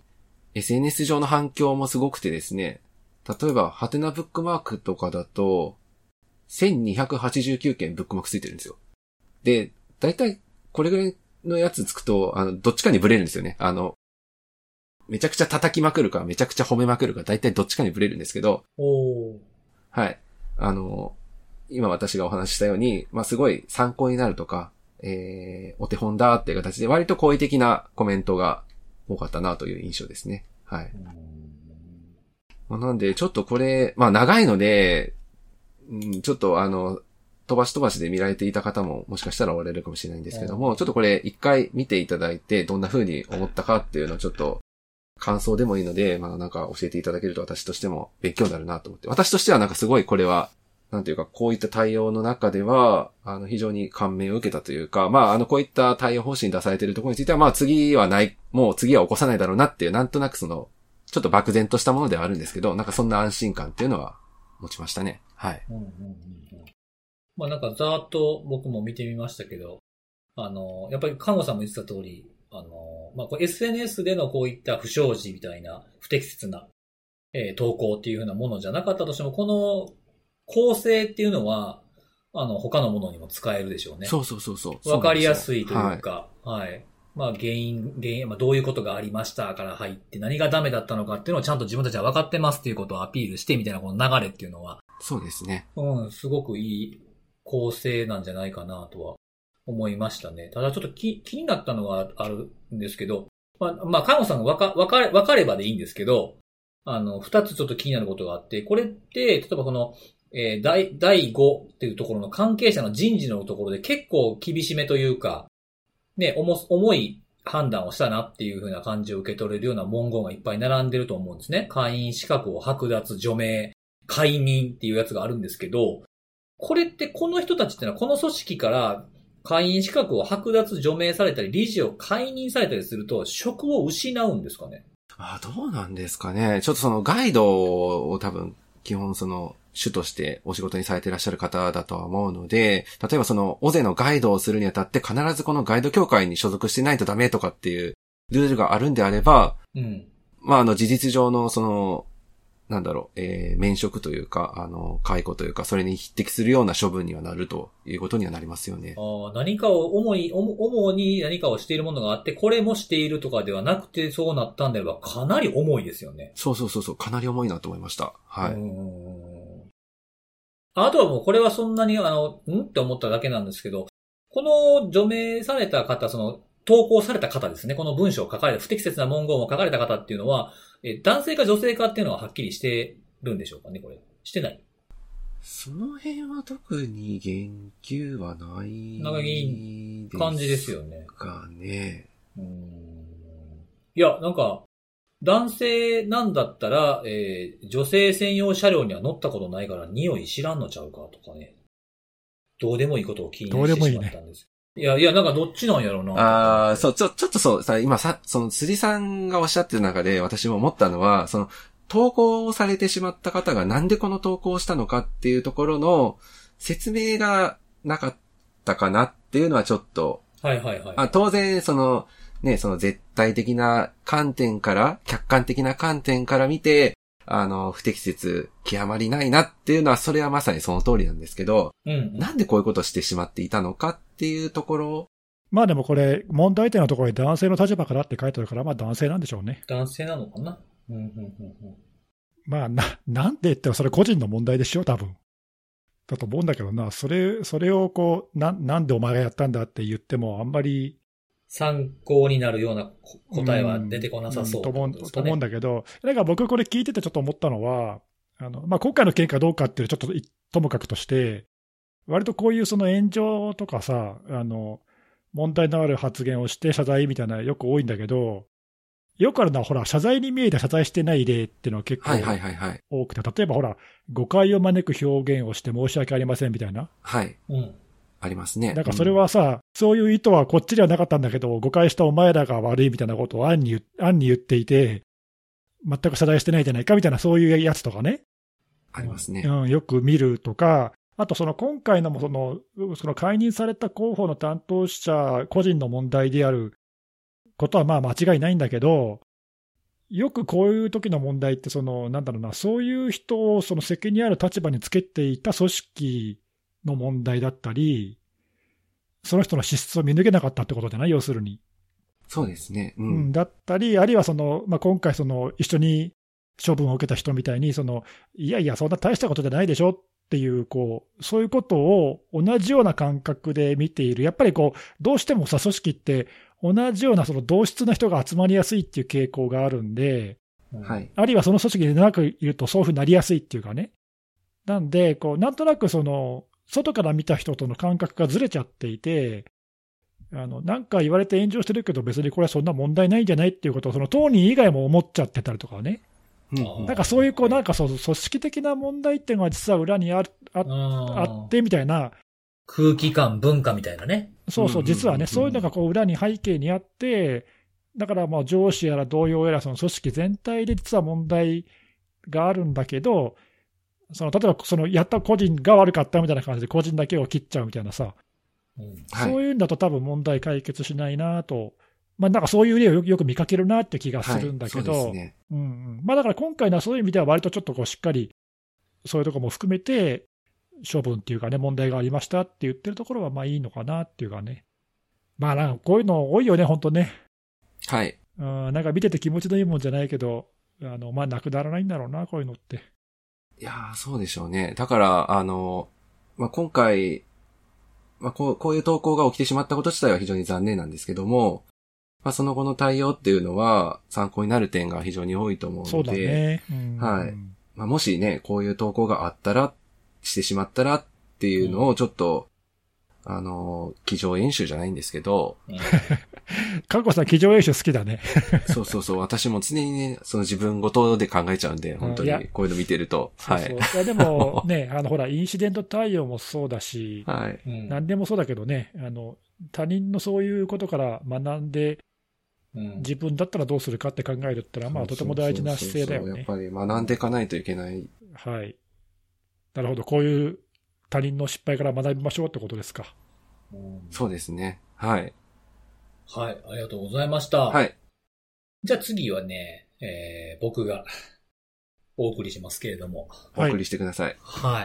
Speaker 3: エスエヌエス 上の反響もすごくてですね、例えば、ハテナブックマークとかだと、せんにひゃくはちじゅうきゅうけんブックマークついてるんですよ。で、だいたいこれぐらいのやつつくと、あの、どっちかにブレるんですよね。あの、めちゃくちゃ叩きまくるか、めちゃくちゃ褒めまくるか、だいたいどっちかにブレるんですけど、
Speaker 1: おー。
Speaker 3: はい。あの、今私がお話ししたように、まあ、すごい参考になるとか、えー、お手本だっていう形で割と好意的なコメントが多かったなという印象ですね。はい。まあ、なんで、ちょっとこれ、まあ、長いので、うん、ちょっとあの、飛ばし飛ばしで見られていた方ももしかしたらおられるかもしれないんですけども、ちょっとこれ一回見ていただいて、どんな風に思ったかっていうのをちょっと、感想でもいいので、まあなんか教えていただけると私としても勉強になるなと思って。私としてはなんかすごいこれは、なんていうかこういった対応の中では、あの非常に感銘を受けたというか、まああのこういった対応方針出されているところについては、まあ次はない、もう次は起こさないだろうなっていう、なんとなくその、ちょっと漠然としたものではあるんですけど、なんかそんな安心感っていうのは持ちましたね。はい。
Speaker 1: うんうんうんうん、まあなんかざーっと僕も見てみましたけど、あの、やっぱり看護さんも言ってた通り、あの、まあ、エスエヌエス でのこういった不祥事みたいな不適切な、えー、投稿っていう風なものじゃなかったとしても、この構成っていうのは、あの、他のものにも使えるでしょうね。
Speaker 3: そうそうそうそう。
Speaker 1: わかりやすいというか、はい。はい、まあ、原因、原因、まあ、どういうことがありましたから入って、何がダメだったのかっていうのをちゃんと自分たちは分かってますっていうことをアピールしてみたいなこの流れっていうのは。
Speaker 3: そうですね。
Speaker 1: うん、すごくいい構成なんじゃないかなとは思いましたね。ただちょっと気、気になったのがあるんですけど、まあ、まあ、看護さんがわか、わかれ、わかればでいいんですけど、あの、二つちょっと気になることがあって、これって、例えばこの、えー、第、第五っていうところの関係者の人事のところで結構厳しめというか、ね、重、重い判断をしたなっていう風な感じを受け取れるような文言がいっぱい並んでると思うんですね。会員資格を剥奪、除名、解任っていうやつがあるんですけど、これってこの人たちってのはこの組織から会員資格を剥奪除名されたり、理事を解任されたりすると、職を失うんですかね？
Speaker 3: ああ、どうなんですかね。ちょっとそのガイドを多分、基本その、主としてお仕事にされていらっしゃる方だとは思うので、例えばその、オゼのガイドをするにあたって必ずこのガイド協会に所属してないとダメとかっていうルールがあるんであれば、
Speaker 1: うん。
Speaker 3: まあ、あの、事実上のその、なんだろう、えー、免職というか、あの、解雇というか、それに匹敵するような処分にはなるということにはなりますよね。
Speaker 1: ああ、何かを、主に、主に何かをしているものがあって、これもしているとかではなくて、そうなったんであれば、かなり重いですよね。
Speaker 3: そうそうそうそう、かなり重いなと思いました。はい。
Speaker 1: うんあとはもう、これはそんなに、あの、んって思っただけなんですけど、この除名された方、その、投稿された方ですね。この文章を書かれた、不適切な文言を書かれた方っていうのは、え、男性か女性かっていうのははっきりしてるんでしょうかね、これ。してない。
Speaker 3: その辺は特に言及はない
Speaker 1: なんかいい感じですよね。
Speaker 3: かね。
Speaker 1: うーん。いや、なんか、男性なんだったら、えー、女性専用車両には乗ったことないから匂い知らんのちゃうかとかね。どうでもいいことを気にしてしまったんです。いや、いや、なんかどっちなんやろうな。
Speaker 3: ああ、そう、ちょ、ちょっとそう、さ、今さ、その辻さんがおっしゃってる中で私も思ったのは、その、投稿されてしまった方がなんでこの投稿をしたのかっていうところの説明がなかったかなっていうのはちょっと。
Speaker 1: はいはいはい。
Speaker 3: あ、当然、その、ね、その絶対的な観点から、客観的な観点から見て、あの、不適切、極まりないなっていうのは、それはまさにその通りなんですけど、
Speaker 1: うんうん、
Speaker 3: なんでこういうことをしてしまっていたのかっていうところ。
Speaker 2: まあでもこれ、問題点のところに男性の立場からって書いてあるから、まあ男性なんでしょうね。
Speaker 1: 男性なのかな。うんうんうんうん、
Speaker 2: まあな、なんで言ってもそれ個人の問題でしょ、多分。だと思うんだけどな、それ、それをこう、な、なんでお前がやったんだって言っても、あんまり。
Speaker 1: 参考になるような答えは出てこなさそう、
Speaker 2: うん、と思う、と思うんだけど、なんか僕これ聞いててちょっと思ったのは、あの、まあ、今回の件かどうかっていうちょっとともかくとして、割とこういうその炎上とかさ、あの、問題のある発言をして謝罪みたいなよく多いんだけど、よくあるのはほら、謝罪に見えて謝罪してない例っていうのは結構多くて、例えばほら、誤解を招く表現をして申し訳ありませんみたいな。
Speaker 3: はい。
Speaker 1: うん。
Speaker 3: ありますね。
Speaker 2: だからそれはさ、うん、そういう意図はこっちにはなかったんだけど、誤解したお前らが悪いみたいなことを暗に言、暗に言っていて、全く謝罪してないじゃないかみたいな、そういうやつとかね。
Speaker 3: ありますね。
Speaker 2: うん、よく見るとか、あとその今回のもその、その解任された候補の担当者個人の問題であることはまあ間違いないんだけど、 よくこういう時の問題って、その、なんだろうな、そういう人をその責任ある立場につけていた組織の問題だったり、その人の資質を見抜けなかったってことじゃない、要するに。
Speaker 3: そうですね。う
Speaker 2: うんん、だったり、あるいはその、まあ、今回その、一緒に処分を受けた人みたいに、その、いやいや、そんな大したことじゃないでしょっていう、こう、そういうことを同じような感覚で見ている。やっぱりこう、どうしてもさ、組織って、同じようなその同質な人が集まりやすいっていう傾向があるんで、
Speaker 3: はい。
Speaker 2: あるいはその組織に長くいるとそういうふうになりやすいっていうかね。なんで、こう、なんとなくその、外から見た人との感覚がずれちゃっていて、あの、なんか言われて炎上してるけど別にこれはそんな問題ないんじゃないっていうことをその当人以外も思っちゃってたりとかね。
Speaker 3: うん
Speaker 2: なんかそういうこう、なんかそう、組織的な問題っていうのは実は裏にあああってみたいな。
Speaker 1: 空気感、文化みたいなね。
Speaker 2: そうそう、実はね、そういうのがこう裏に背景にあって、だからまあ上司やら同僚やらその組織全体で実は問題があるんだけど、その例えばそのやった個人が悪かったみたいな感じで個人だけを切っちゃうみたいなさ、
Speaker 1: うん、
Speaker 2: そういうんだと多分問題解決しないなと、まあなんかそういう例をよくよく見かけるなって気がするんだけど、
Speaker 3: はい、そうですね。
Speaker 2: うんうん、まあだから今回のはそういう意味では割とちょっとこうしっかりそういうところも含めて処分っていうかね、問題がありましたって言ってるところはまあいいのかなっていうかね。まあなんかこういうの多いよね、本当ね。
Speaker 3: はい。
Speaker 2: うん、なんか見てて気持ちのいいもんじゃないけど、あの、まあなくならないんだろうな、こういうのって。
Speaker 3: いやー、そうでしょうね。だから、あの、まあ、今回、まあ、こう、こういう投稿が起きてしまったこと自体は非常に残念なんですけども、まあ、その後の対応っていうのは参考になる点が非常に多いと思うので、
Speaker 2: そうだね。うん、
Speaker 3: はい。まあ、もしね、こういう投稿があったら、してしまったらっていうのをちょっと、うん、あの、机上演習じゃないんですけど、
Speaker 2: かこさん、机上演習好きだね。
Speaker 3: そうそうそう。私も常にね、その自分ごとで考えちゃうんで、本当にこういうの見てると。
Speaker 2: はい。そうそういやでもね、あの、ほら、インシデント対応もそうだし、
Speaker 3: はい。
Speaker 2: 何でもそうだけどね、あの、他人のそういうことから学んで、うん、自分だったらどうするかって考えるってのは、まあ、とても大事な姿勢だよね。
Speaker 3: やっぱり学んでいかないといけない。
Speaker 2: はい。なるほど。こういう他人の失敗から学びましょうってことですか。
Speaker 3: うん、そうですね。はい。
Speaker 1: はい、ありがとうございました。
Speaker 3: はい。
Speaker 1: じゃあ次はね、えー、僕がお送りしますけれども。
Speaker 3: お送りしてください。
Speaker 1: はい。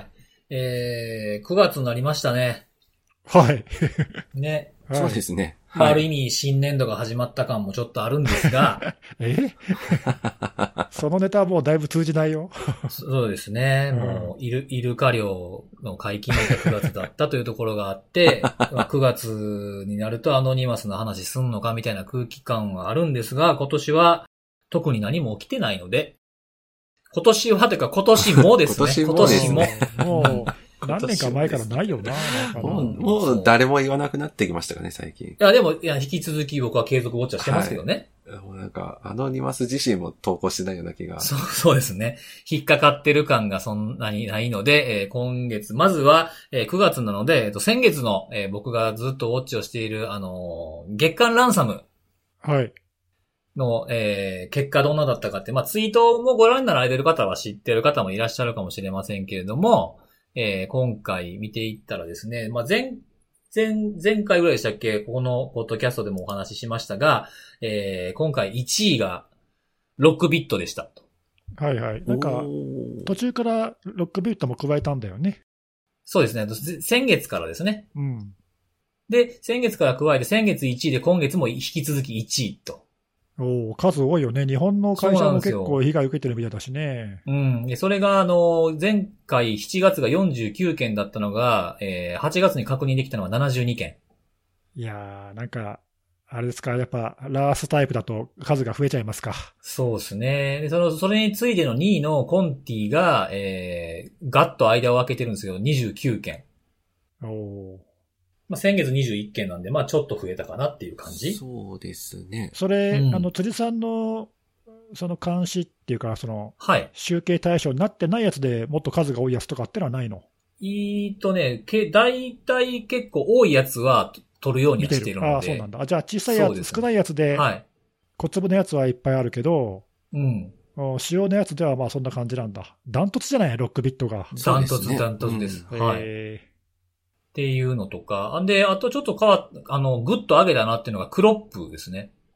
Speaker 1: えー、くがつになりましたね。
Speaker 2: はい。
Speaker 3: ね。はい、そうですね。
Speaker 1: まあ、ある意味新年度が始まった感もちょっとあるんですが。
Speaker 2: えそのネタはもうだいぶ通じないよ。
Speaker 1: そうですね。うん、もう、イル、イルカ漁の解禁がくがつだったというところがあって、まあ、くがつになるとアノニマスの話すんのかみたいな空気感はあるんですが、今年は特に何も起きてないので、今年はというか今年もですね。
Speaker 3: 今年も。
Speaker 2: 今年も。もう何年か前からないよな。
Speaker 3: もう、もう誰も言わなくなってきましたかね、最近。
Speaker 1: いや、でも、いや、引き続き僕は継続ウォッチャーしてますけどね。
Speaker 3: はい、もうなんか、アノニマス自身も投稿してないような気が。
Speaker 1: そう、そうですね。引っかかってる感がそんなにないので、えー、今月、まずは、えー、くがつなので、えっと、先月の、えー、僕がずっとウォッチをしている、あのー、月間ランサム。
Speaker 2: はい。
Speaker 1: の、えー、結果どんなだったかって、まあ、ツイートもご覧になられてる方は知ってる方もいらっしゃるかもしれませんけれども、えー、今回見ていったらですね、まあ、前、前、前回ぐらいでしたっけ、ここのポッドキャストでもお話ししましたが、えー、今回いちいがロックビットでしたと。
Speaker 2: はいはい。なんか、途中からロックビットも加えたんだよね。
Speaker 1: そうですね。先月からですね。
Speaker 2: うん。
Speaker 1: で、先月から加えて先月いちいで今月も引き続きいちいと。
Speaker 2: お数多いよね。日本の会社も結構被害受けてるみたいだしね。
Speaker 1: うん。で、それが、あの、前回しちがつがよんじゅうきゅうけんだったのが、えー、はちがつに確認できたのはななじゅうにけん。
Speaker 2: いやー、なんか、あれですか、やっぱ、ラースタイプだと数が増えちゃいますか。
Speaker 1: そうですね。で、その、それに次いでのにいのコンティが、えー、ガッと間を空けてるんですけど、にじゅうきゅうけん。
Speaker 2: おー。
Speaker 1: まあ、先月にじゅういっけんなんで、まあ、ちょっと増えたかなっていう感じ。
Speaker 3: そうですね。
Speaker 2: それ、うん、あの、辻さんの、その監視っていうか、その、
Speaker 1: はい。
Speaker 2: 集計対象になってないやつでもっと数が多いやつとかってのはないの？
Speaker 1: いいとね、け、だいたい結構多いやつは取るようにはしてるので。
Speaker 2: ああ、そうなんだ。じゃあ小さいやつ、ね、少ないやつで、はい。小粒のやつはいっぱいあるけど、
Speaker 1: うん。
Speaker 2: 仕様のやつではまあそんな感じなんだ。ダントツじゃないロックビットが。
Speaker 1: ダントツ、ダントツです。
Speaker 2: うん、
Speaker 1: はい。っていうのとか。で、あとちょっと変わっ、あの、グッと上げたなっていうのがクロップですね。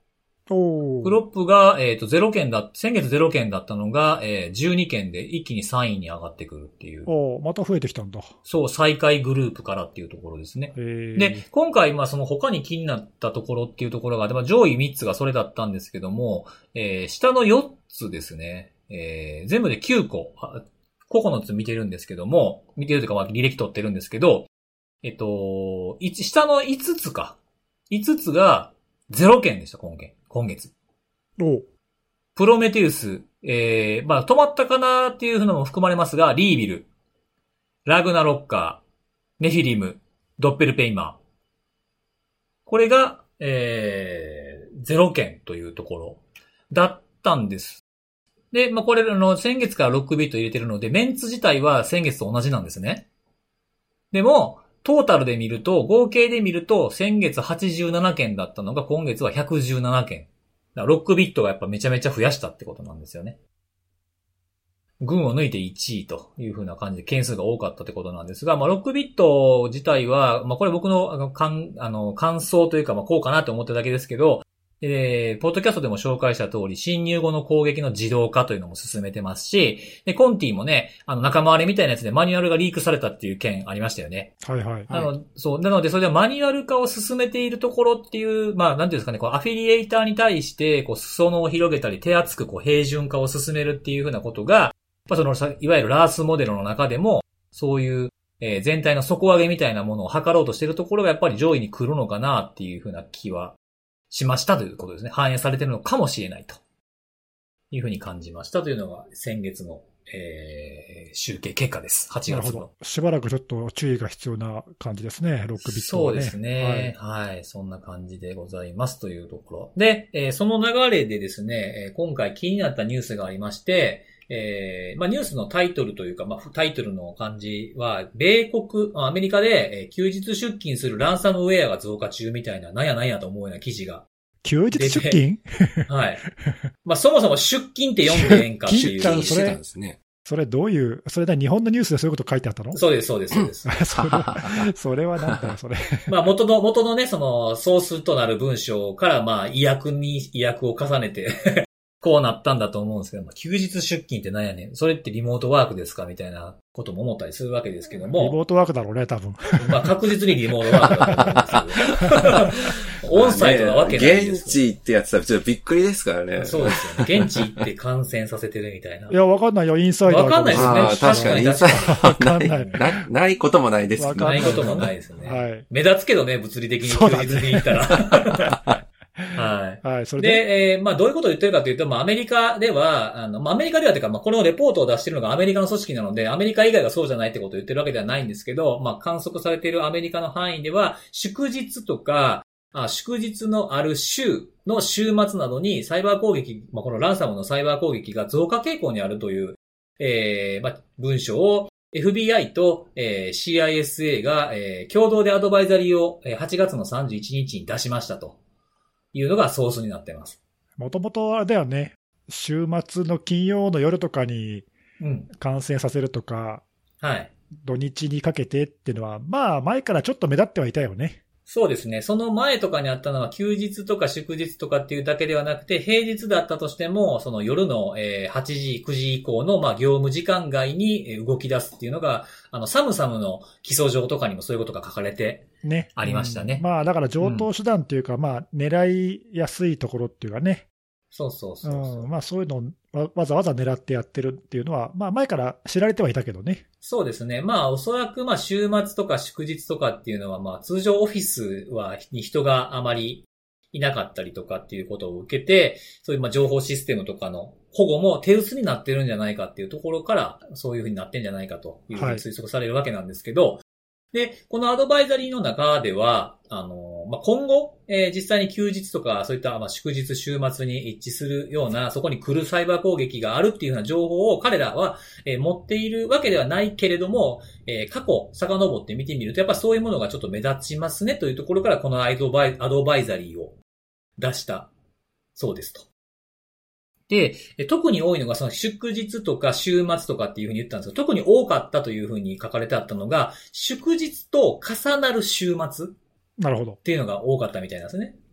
Speaker 2: おー。
Speaker 1: クロップが、えっ、と、ゼロけんだ、先月ゼロけんだったのが、えー、じゅうにけんで一気にさんいに上がってくるっていう。
Speaker 2: おー、また増えてきたんだ。
Speaker 1: そう、再開グループからっていうところですね。
Speaker 2: えー、
Speaker 1: で、今回、まあ、その他に気になったところっていうところがあって、まあ、上位みっつがそれだったんですけども、えー、下のよっつですね、えー、全部できゅうこ、ここのつ見てるんですけども、見てるというか、まあ、履歴取ってるんですけど、えっと、下のいつつか。いつつがゼロけんでした、今月。今月。
Speaker 2: お
Speaker 1: プロメテウス、えー、まあ、止まったかなっていうのも含まれますが、リービル、ラグナロッカー、ネフィリム、ドッペルペイマー。これが、えー、ゼロけんというところだったんです。で、まあ、これの先月からロックビット入れてるので、メンツ自体は先月と同じなんですね。でも、トータルで見ると、合計で見ると、先月はちじゅうななけんだったのが今月はひゃくじゅうななけん。だからロックビットがやっぱめちゃめちゃ増やしたってことなんですよね。群を抜いていちいという風な感じで件数が多かったってことなんですが、まあ、ロックビット自体は、まあ、これ僕の、あの、感、あの、感想というか、まあ、こうかなって思ってるだけですけど、で、ポッドキャストでも紹介した通り、侵入後の攻撃の自動化というのも進めてますし、で、コンティもね、あの、仲間割れみたいなやつでマニュアルがリークされたっていう件ありましたよね。
Speaker 2: はいはい。
Speaker 1: なの、そう、なので、それでマニュアル化を進めているところっていう、まあ、なんていうんですかね、こう、アフィリエイターに対して、こう、裾野を広げたり、手厚く、こう、平準化を進めるっていうふうなことが、まあ、その、いわゆるラースモデルの中でも、そういう、えー、全体の底上げみたいなものを図ろうとしているところがやっぱり上位に来るのかなっていうふうな気はしましたということですね。反映されているのかもしれないというふうに感じましたというのが先月の、えー、集計結果です。はちがつの。なるほど。
Speaker 2: しばらくちょっと注意が必要な感じですね、ロックビットはね。
Speaker 1: そうですね、はい。はい。そんな感じでございますというところ。で、えー、その流れでですね、今回気になったニュースがありまして、えー、まあニュースのタイトルというか、まあタイトルの漢字は、米国、アメリカで、えー、休日出勤するランサムウェアが増加中みたいな、なんやなんやと思うような記事が。
Speaker 2: 休日出勤
Speaker 1: はい。まあそもそも出勤って読んでええんかっていう。
Speaker 3: 出勤してたんですね。
Speaker 2: それどういう、それだ日本のニュースでそういうこと書いてあったの？
Speaker 1: そうです、そうです、そうです。
Speaker 2: それは、それはなんだよ、それ。
Speaker 1: まあ元の、元のね、その、ソースとなる文章から、まあ、意訳に意訳を重ねて、こうなったんだと思うんですけど、まあ、休日出勤って何やねん。それってリモートワークですかみたいなことも思ったりするわけですけども。
Speaker 2: リモートワークだろうね、多分。
Speaker 1: まあ確実にリモートワークだと思うんですけど。オンサイトなわけないです。
Speaker 3: 現地ってやつはちょっとびっくりですからね。
Speaker 1: そうですよね。現地行って感染させてるみたいな。
Speaker 2: いや、わかんないよ、インサイダー。
Speaker 1: わかんないですね。
Speaker 3: あ確かに、インサイダー。
Speaker 2: わかんない
Speaker 3: な。ないこともないですね。
Speaker 1: ないこともないですね。
Speaker 2: はい。
Speaker 1: 目立つけどね、物理的に休日に行ったら。はい。
Speaker 2: はい、それで。
Speaker 1: で、えー、まあ、どういうことを言ってるかというと、まあ、アメリカでは、あの、まあ、アメリカではというか、まあ、このレポートを出しているのがアメリカの組織なので、アメリカ以外がそうじゃないってことを言ってるわけではないんですけど、まあ、観測されているアメリカの範囲では、祝日とか、あ祝日のある週の週末などにサイバー攻撃、まあ、このランサムのサイバー攻撃が増加傾向にあるという、えー、まあ、文章を エフビーアイ と、えー、シーアイエスエー が、えー、共同でアドバイザリーをはちがつのさんじゅういちにちに出しましたと。いうのがソースになっています。
Speaker 2: もともとあれだよね、週末の金曜の夜とかに感染させるとか、
Speaker 1: うん、はい。
Speaker 2: 土日にかけてっていうのは、まあ前からちょっと目立ってはいたよね。
Speaker 1: そうですね。その前とかにあったのは休日とか祝日とかっていうだけではなくて、平日だったとしても、その夜のはちじ、くじ以降のまあ業務時間外に動き出すっていうのが、あの、サムサムの基礎上とかにもそういうことが書かれてありましたね。
Speaker 2: ねうん、まあだから常套手段っていうか、うん、まあ狙いやすいところっていうかね。
Speaker 1: そうそうそうそう、
Speaker 2: うん。まあそういうのをわ、わざわざ狙ってやってるっていうのは、まあ前から知られてはいたけどね。
Speaker 1: そうですね。まあおそらくまあ週末とか祝日とかっていうのはまあ通常オフィスはに人があまりいなかったりとかっていうことを受けて、そういうまあ情報システムとかの保護も手薄になってるんじゃないかっていうところからそういうふうになってんじゃないかというふうに推測されるわけなんですけど、はいで、このアドバイザリーの中では、あの、まあ、今後、えー、実際に休日とか、そういった、まあ、祝日、週末に一致するような、そこに来るサイバー攻撃があるっていうような情報を彼らは、えー、持っているわけではないけれども、えー、過去、遡って見てみると、やっぱそういうものがちょっと目立ちますねというところから、このアドバイ、アドバイザリーを出したそうですと。で、特に多いのがその祝日とか週末とかっていうふうに言ったんですけど、特に多かったというふうに書かれてあったのが、祝日と重なる週末
Speaker 2: なるほど。
Speaker 1: っていうのが多かったみたいなんですね。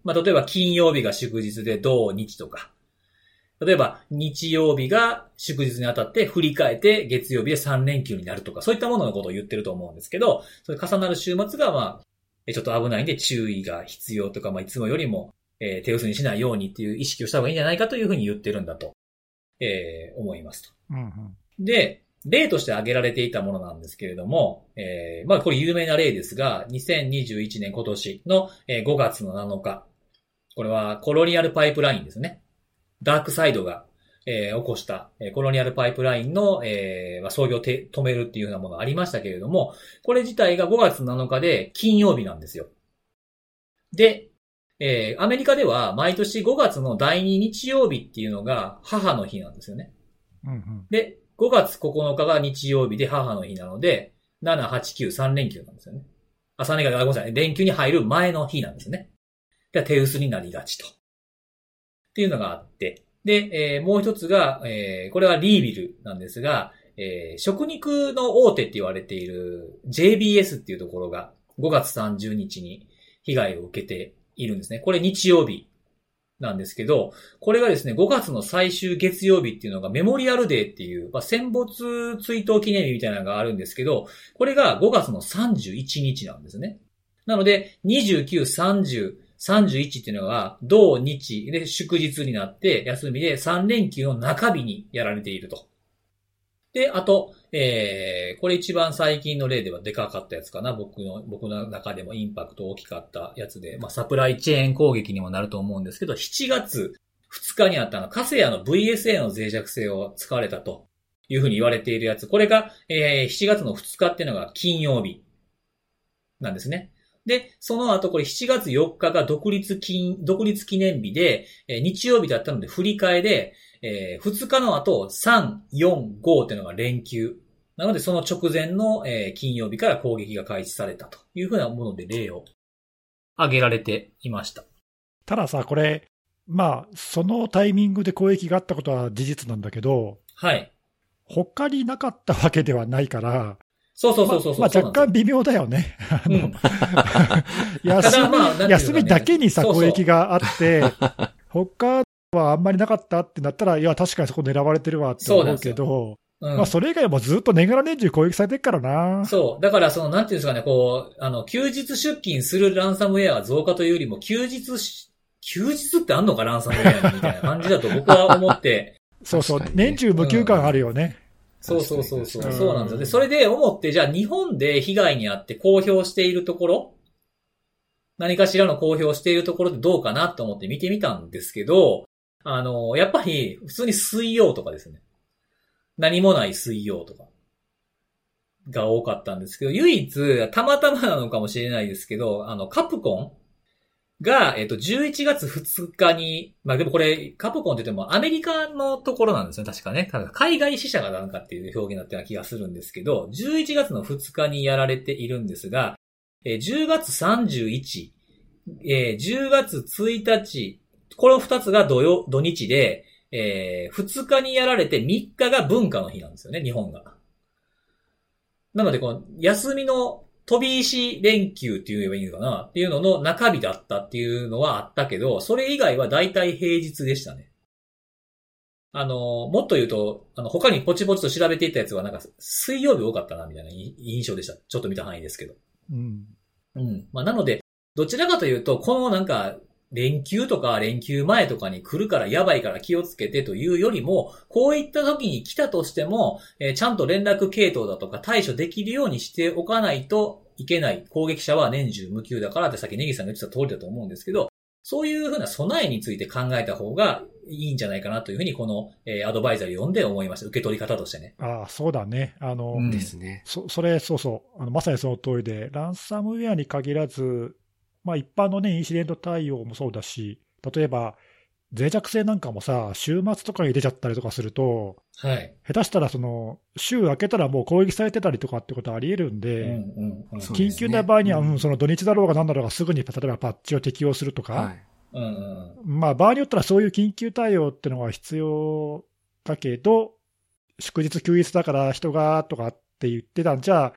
Speaker 1: まあ、例えば金曜日が祝日で土日とか、例えば日曜日が祝日にあたって振り返って月曜日でさん連休になるとか、そういったもののことを言ってると思うんですけど、それ重なる週末がまあ、ちょっと危ないんで注意が必要とか、まあ、いつもよりも、えー、手薄にしないようにっていう意識をした方がいいんじゃないかというふうに言ってるんだと、えー、思いますと。
Speaker 2: うんうん、
Speaker 1: で、例として挙げられていたものなんですけれども、えー、まあこれ有名な例ですが、にせんにじゅういちねん今年のごがつのなのか、これはコロニアルパイプラインですね。ダークサイドが、えー、起こしたコロニアルパイプラインの、えー、操業を止めるっていうようなものがありましたけれども、これ自体がごがつなのかで金曜日なんですよ。で、えー、アメリカでは毎年ごがつのだいに日曜日っていうのが母の日なんですよね。
Speaker 2: うんうん、
Speaker 1: で、ごがつここのかが日曜日で母の日なので、なな、はち、きゅう、さん連休なんですよね。あ、さん連休、ごめんなさい。連休に入る前の日なんですね。で、手薄になりがちと。っていうのがあって。で、えー、もう一つが、えー、これはリービルなんですが、えー、食肉の大手って言われている ジェイビーエス っていうところがごがつさんじゅうにちに被害を受けているんですね。これ日曜日なんですけど、これがですね、ごがつの最終月曜日っていうのがメモリアルデーっていう、まあ、戦没追悼記念日みたいなのがあるんですけど、これがごがつのさんじゅういちにちなんですね。なので、にじゅうく、さんじゅう、さんじゅういちっていうのが、土日で祝日になって休みでさん連休の中日にやられていると。で、あと、えー、これ一番最近の例ではでかかったやつかな。僕の、僕の中でもインパクト大きかったやつで、まあ、サプライチェーン攻撃にもなると思うんですけど、しちがつふつかにあったの、カセヤの ブイエスエー の脆弱性を使われたというふうに言われているやつ。これが、えー、しちがつのふつかっていうのが金曜日なんですね。で、その後これしちがつよっかが独立記、独立記念日で、えー、日曜日だったので振り替えで、えー、ふつかの後さん、よん、ごっていうのが連休。なのでその直前の、えー、金曜日から攻撃が開始されたというふうなもので例を挙げられていました。
Speaker 2: たださ、これ、まあ、そのタイミングで攻撃があったことは事実なんだけど、
Speaker 1: はい。
Speaker 2: 他になかったわけではないから、
Speaker 1: そうそうそうそうそう。
Speaker 2: まあ、まあ、若干微妙だよね。うん、休み、まあね、休みだけにさ、そうそう攻撃があって、他はあんまりなかったってなったら、いや、確かにそこ狙われてるわって思うけど、うん、まあ、それ以外はもうずっと年がら年中攻撃されてるからな。
Speaker 1: そう。だから、その、なんていうんですかね、こう、あの、休日出勤するランサムウェア増加というよりも、休日し、休日ってあんのか、ランサムウェアみたいな感じだと僕は思って。
Speaker 2: そうそう、年中無休感あるよね。
Speaker 1: うん、そうそうそうそう。そうなんですよ。で、それで思って、じゃあ日本で被害に遭って公表しているところ、何かしらの公表しているところでどうかなと思って見てみたんですけど、あの、やっぱり普通に水曜とかですね。何もない水曜とかが多かったんですけど、唯一、たまたまなのかもしれないですけど、あの、カプコンが、えっと、じゅういちがつふつかに、まあでもこれ、カプコンって言ってもアメリカのところなんですよね、確かね。ただ海外支社がなんかっていう表現だったような気がするんですけど、じゅういちがつのふつかにやられているんですが、えー、じゅうがつさんじゅういち、えー、じゅうがつついたち、このふたつが土曜、土日で、えー、ふつかにやられてみっかが文化の日なんですよね、日本が。なので、この休みの飛び石連休って言えばいいのかなっていうのの中日だったっていうのはあったけど、それ以外は大体平日でしたね。あの、もっと言うと、あの、他にポチポチと調べていったやつはなんか水曜日多かったなみたいな印象でした。ちょっと見た範囲ですけど。
Speaker 2: うん。
Speaker 1: うん。まあ、なので、どちらかというと、このなんか、連休とか連休前とかに来るからやばいから気をつけてというよりも、こういった時に来たとしても、えー、ちゃんと連絡系統だとか対処できるようにしておかないといけない。攻撃者は年中無休だからってさっきネギさんが言ってた通りだと思うんですけど、そういうふうな備えについて考えた方がいいんじゃないかなというふうにこの、えー、アドバイザリーを読んで思いました。受け取り方としてね。
Speaker 2: ああ、そうだね。あの、
Speaker 3: うん、ですね。
Speaker 2: そ、それ、そうそう。あの、まさにその通りで、ランサムウェアに限らず、まあ一般のね、インシデント対応もそうだし、例えば、脆弱性なんかもさ、週末とかに出ちゃったりとかすると、
Speaker 1: はい、
Speaker 2: 下手したらその、週明けたらもう攻撃されてたりとかってことはあり得るんで、
Speaker 1: うんうんうん、
Speaker 2: 緊急な場合には、うん、その土日だろうが何だろうがすぐに例えばパッチを適用するとか、はい
Speaker 1: うんうん、
Speaker 2: まあ場合によったらそういう緊急対応っていうのが必要だけど、祝日休日だから人がとかって言ってたんじゃ、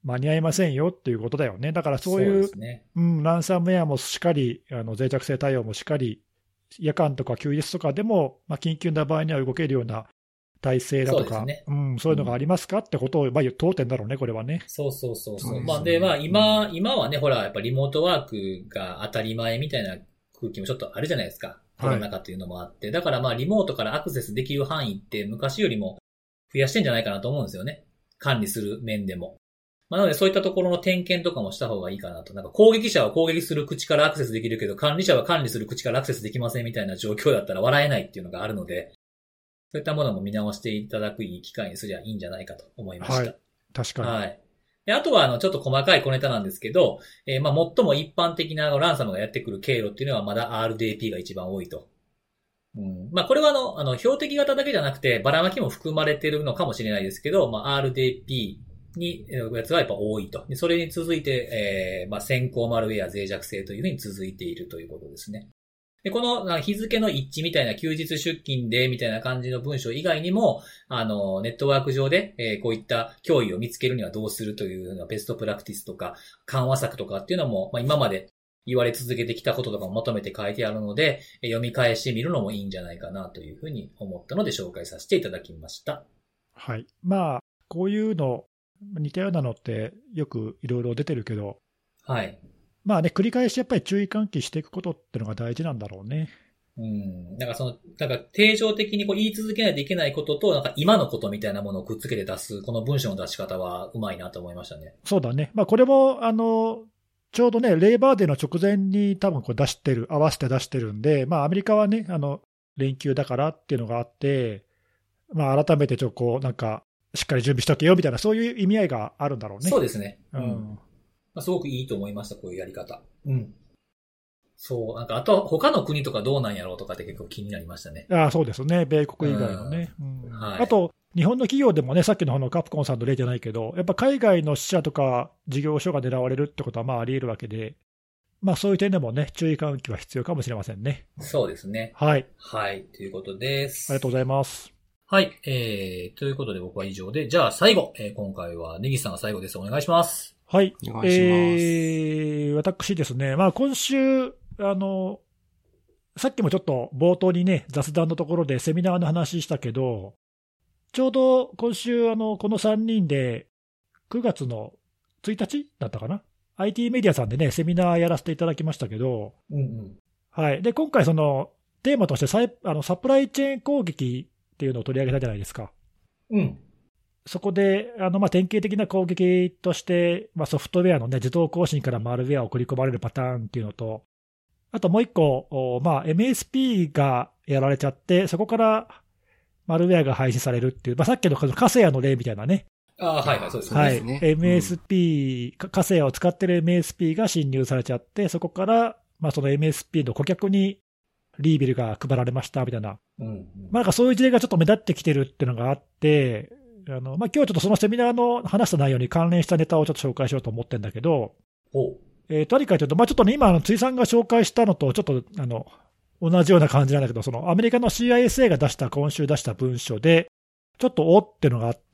Speaker 2: 間に合いませんよっていうことだよね。だからそういう、
Speaker 1: そうですね。
Speaker 2: うん、ランサムウェアもしっかり、あの脆弱性対応もしっかり、夜間とか休日とかでも、まあ、緊急な場合には動けるような体制だとか、
Speaker 1: そうですね。
Speaker 2: うん、そういうのがありますかってことを、まあ、当店だろうね、これはね。
Speaker 1: そうそうそうそう。
Speaker 3: そうですね
Speaker 1: まあで、まあ今、今はね、ほら、やっぱリモートワークが当たり前みたいな空気もちょっとあるじゃないですか。コロナ禍というのもあって。だからまあリモートからアクセスできる範囲って昔よりも増やしてんじゃないかなと思うんですよね。管理する面でも。まあ、なのでそういったところの点検とかもした方がいいかなと。なんか攻撃者は攻撃する口からアクセスできるけど、管理者は管理する口からアクセスできませんみたいな状況だったら笑えないっていうのがあるので、そういったものも見直していただくいい機会にすりゃいいんじゃないかと思いました。
Speaker 2: はい。確かに。
Speaker 1: はい。で、あとは、あの、ちょっと細かい小ネタなんですけど、えー、まあ、最も一般的なあのランサムがやってくる経路っていうのはまだ アールディーピー が一番多いと。うん。まあ、これはあの、あの、標的型だけじゃなくて、ばらまきも含まれてるのかもしれないですけど、まあ、アールディーピー、に、やつがやっぱ多いと。でそれに続いて、えー、まあ、先行マルウェア脆弱性というふうに続いているということですね。で、この日付の一致みたいな休日出勤でみたいな感じの文章以外にも、あの、ネットワーク上で、えー、こういった脅威を見つけるにはどうするというようなベストプラクティスとか、緩和策とかっていうのも、まあ、今まで言われ続けてきたこととかもまとめて書いてあるので、読み返してみるのもいいんじゃないかなというふうに思ったので紹介させていただきました。
Speaker 2: はい。まあ、こういうの、似たようなのってよくいろいろ出てるけど、
Speaker 1: はい。
Speaker 2: まあね、繰り返しやっぱり注意喚起していくことってのが大事なんだろうね。
Speaker 1: うん。なんかその、なんか定常的にこう言い続けないといけないことと、なんか今のことみたいなものをくっつけて出す、この文章の出し方はうまいなと思いましたね。
Speaker 2: そうだね。まあこれも、あの、ちょうどね、レイバーデーの直前に多分こう出してる、合わせて出してるんで、まあアメリカはね、あの、連休だからっていうのがあって、まあ改めてちょっとこう、なんか、しっかり準備しとけよみたいな、そういう意味合いがあるんだろうね。
Speaker 1: そうですね。
Speaker 2: うん。うん、
Speaker 1: まあ、すごくいいと思いました、こういうやり方。うん。そう、なんかあと他の国とかどうなんやろうとかって結構気になりましたね。
Speaker 2: ああ、そうですね。米国以外のね。うん
Speaker 1: はい、
Speaker 2: あと、日本の企業でもね、さっきのあのカプコンさんの例じゃないけど、やっぱ海外の支社とか事業所が狙われるってことはまああり得るわけで、まあそういう点でもね、注意喚起は必要かもしれませんね。
Speaker 1: そうですね。
Speaker 2: はい。
Speaker 1: はい、ということです。
Speaker 2: ありがとうございます。
Speaker 1: はい、えー、ということで僕は以上で、じゃあ最後、えー、今回は根岸さんが最後です。お願いします。
Speaker 2: はい。
Speaker 3: お願いします。
Speaker 2: えー、私ですね、まあ今週、あの、さっきもちょっと冒頭にね、雑談のところでセミナーの話したけど、ちょうど今週、あの、このさんにんで、くがつのついたちだったかな ?アイティー メディアさんでね、セミナーやらせていただきましたけど、
Speaker 1: うんうん。
Speaker 2: はい。で、今回その、テーマとしてサイあのサプライチェーン攻撃っていうのを取り上げたじゃないですか。
Speaker 1: うん。
Speaker 2: そこで、あの、まあ、典型的な攻撃として、まあ、ソフトウェアのね、自動更新からマルウェアを送り込まれるパターンっていうのと、あともう一個、まあ、エムエスピー がやられちゃって、そこからマルウェアが配信されるっていう、まあ、さっきのカセアの例みたいなね。
Speaker 1: ああ、はいはい、そうですね。
Speaker 2: はい。
Speaker 3: ね、
Speaker 2: エムエスピー、うん、カセアを使ってる エムエスピー が侵入されちゃって、そこから、まあ、その エムエスピー の顧客にリービルが配られましたみたいな。
Speaker 1: うんうん、
Speaker 2: まあ、なんかそういう事例がちょっと目立ってきてるっていうのがあって、あの、まあ、今日ちょっとそのセミナーの話した内容に関連したネタをちょっと紹介しようと思ってるんだけど、
Speaker 1: ほう。
Speaker 2: えー、とにかくというと、まあ、ちょっとね、今、辻さんが紹介したのと、ちょっと、あの、同じような感じなんだけど、そのアメリカの シーアイエスエー が出した、今週出した文書で、ちょっとおってのがあって、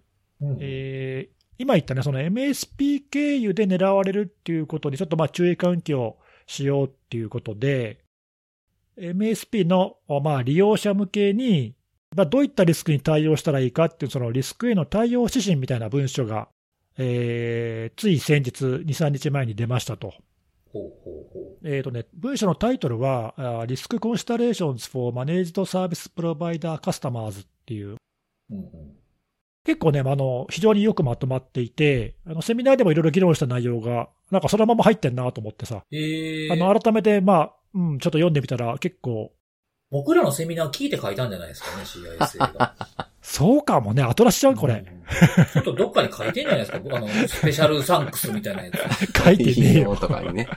Speaker 2: うんえー、今言ったね、その エムエスピー 経由で狙われるっていうことに、ちょっとまあ注意喚起をしようっていうことで、エムエスピー のまあ利用者向けに、まあ、どういったリスクに対応したらいいかっていう、そのリスクへの対応指針みたいな文書が、えー、つい先日、に、さんにちまえに出ましたと。
Speaker 1: ほうほうほう。
Speaker 2: えーとね、文書のタイトルは、リスクコンシダレーションズ for Managed Service Provider Customers っていう、
Speaker 1: うんうん、
Speaker 2: 結構ね、あの、非常によくまとまっていて、あのセミナーでもいろいろ議論した内容が、なんかそのまま入ってんなと思ってさ、
Speaker 1: えー、
Speaker 2: あの改めて、まあ、うん、ちょっと読んでみたら結構、
Speaker 1: 僕らのセミナー聞いて書いたんじゃないですかね、シーアイエスエー が。
Speaker 2: そうかもね、後出しちゃうこれ、うん。
Speaker 1: ちょっとどっかに書いてんじゃないですか、僕あの、スペシャルサンクスみたいなやつ。
Speaker 2: 書いてねえよ。
Speaker 3: とかにね。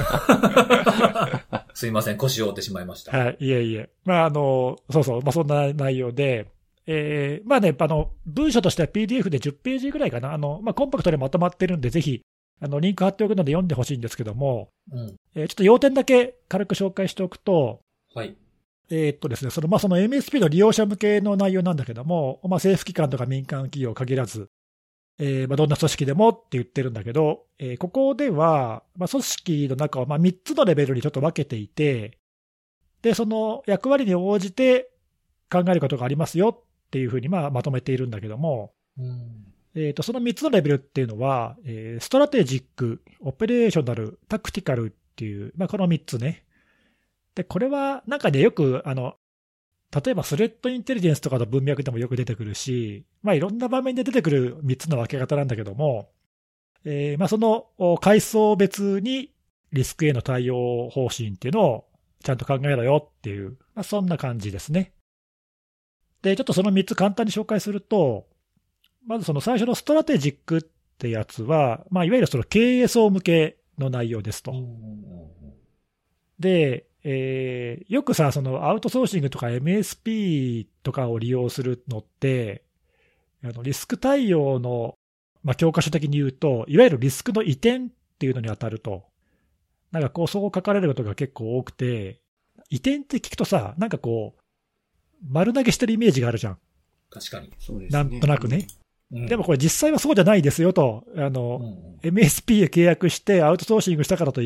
Speaker 1: すいません、腰を折ってしまいました。
Speaker 2: はい、いえいえ。まあ、あの、そうそう、まあそんな内容で、えー、まあね、あの、文書としては ピーディーエフ でじゅっページぐらいかな。あの、まあ、コンパクトでまとまってるんで、ぜひ、あの、リンク貼っておくので読んでほしいんですけども、
Speaker 1: うん
Speaker 2: えー、ちょっと要点だけ軽く紹介しておくと、
Speaker 1: はい。
Speaker 2: えーっとですね、その、まあ、その エムエスピー の利用者向けの内容なんだけども、まあ、政府機関とか民間企業限らず、 えーまあ、どんな組織でもって言ってるんだけど、えーここでは、まあ、組織の中をまあみっつのレベルにちょっと分けていて、で、その役割に応じて考えることがありますよっていうふうにまあまとめているんだけども、
Speaker 1: うん
Speaker 2: えーと、そのみっつのレベルっていうのは、えーストラテジック、オペレーショナル、タクティカルっていう、まあ、このみっつね。で、これはなんかね、よく、あの、例えばスレッドインテリジェンスとかの文脈でもよく出てくるし、まあ、いろんな場面で出てくるみっつの分け方なんだけども、えーまあ、そのお階層別にリスクへの対応方針っていうのをちゃんと考えろよっていう、まあ、そんな感じですね。で、ちょっとそのみっつ簡単に紹介すると、まずその最初のストラテジックってやつは、まあ、いわゆるその経営層向けの内容ですと。で、えーよくさ、そのアウトソーシングとか エムエスピー とかを利用するのって、あのリスク対応の、まあ、教科書的に言うと、いわゆるリスクの移転っていうのに当たると。なんかこう、そう書かれることが結構多くて、移転って聞くとさ、なんかこう、丸投げしてるイメージがあるじゃん。
Speaker 1: 確かに。
Speaker 3: そうですね。
Speaker 2: なんとなくね。
Speaker 1: うん
Speaker 2: でもこれ実際はそうじゃないですよと。あの、
Speaker 1: うんうん
Speaker 2: エムエスピー で契約してアウトソーシングしたからといって、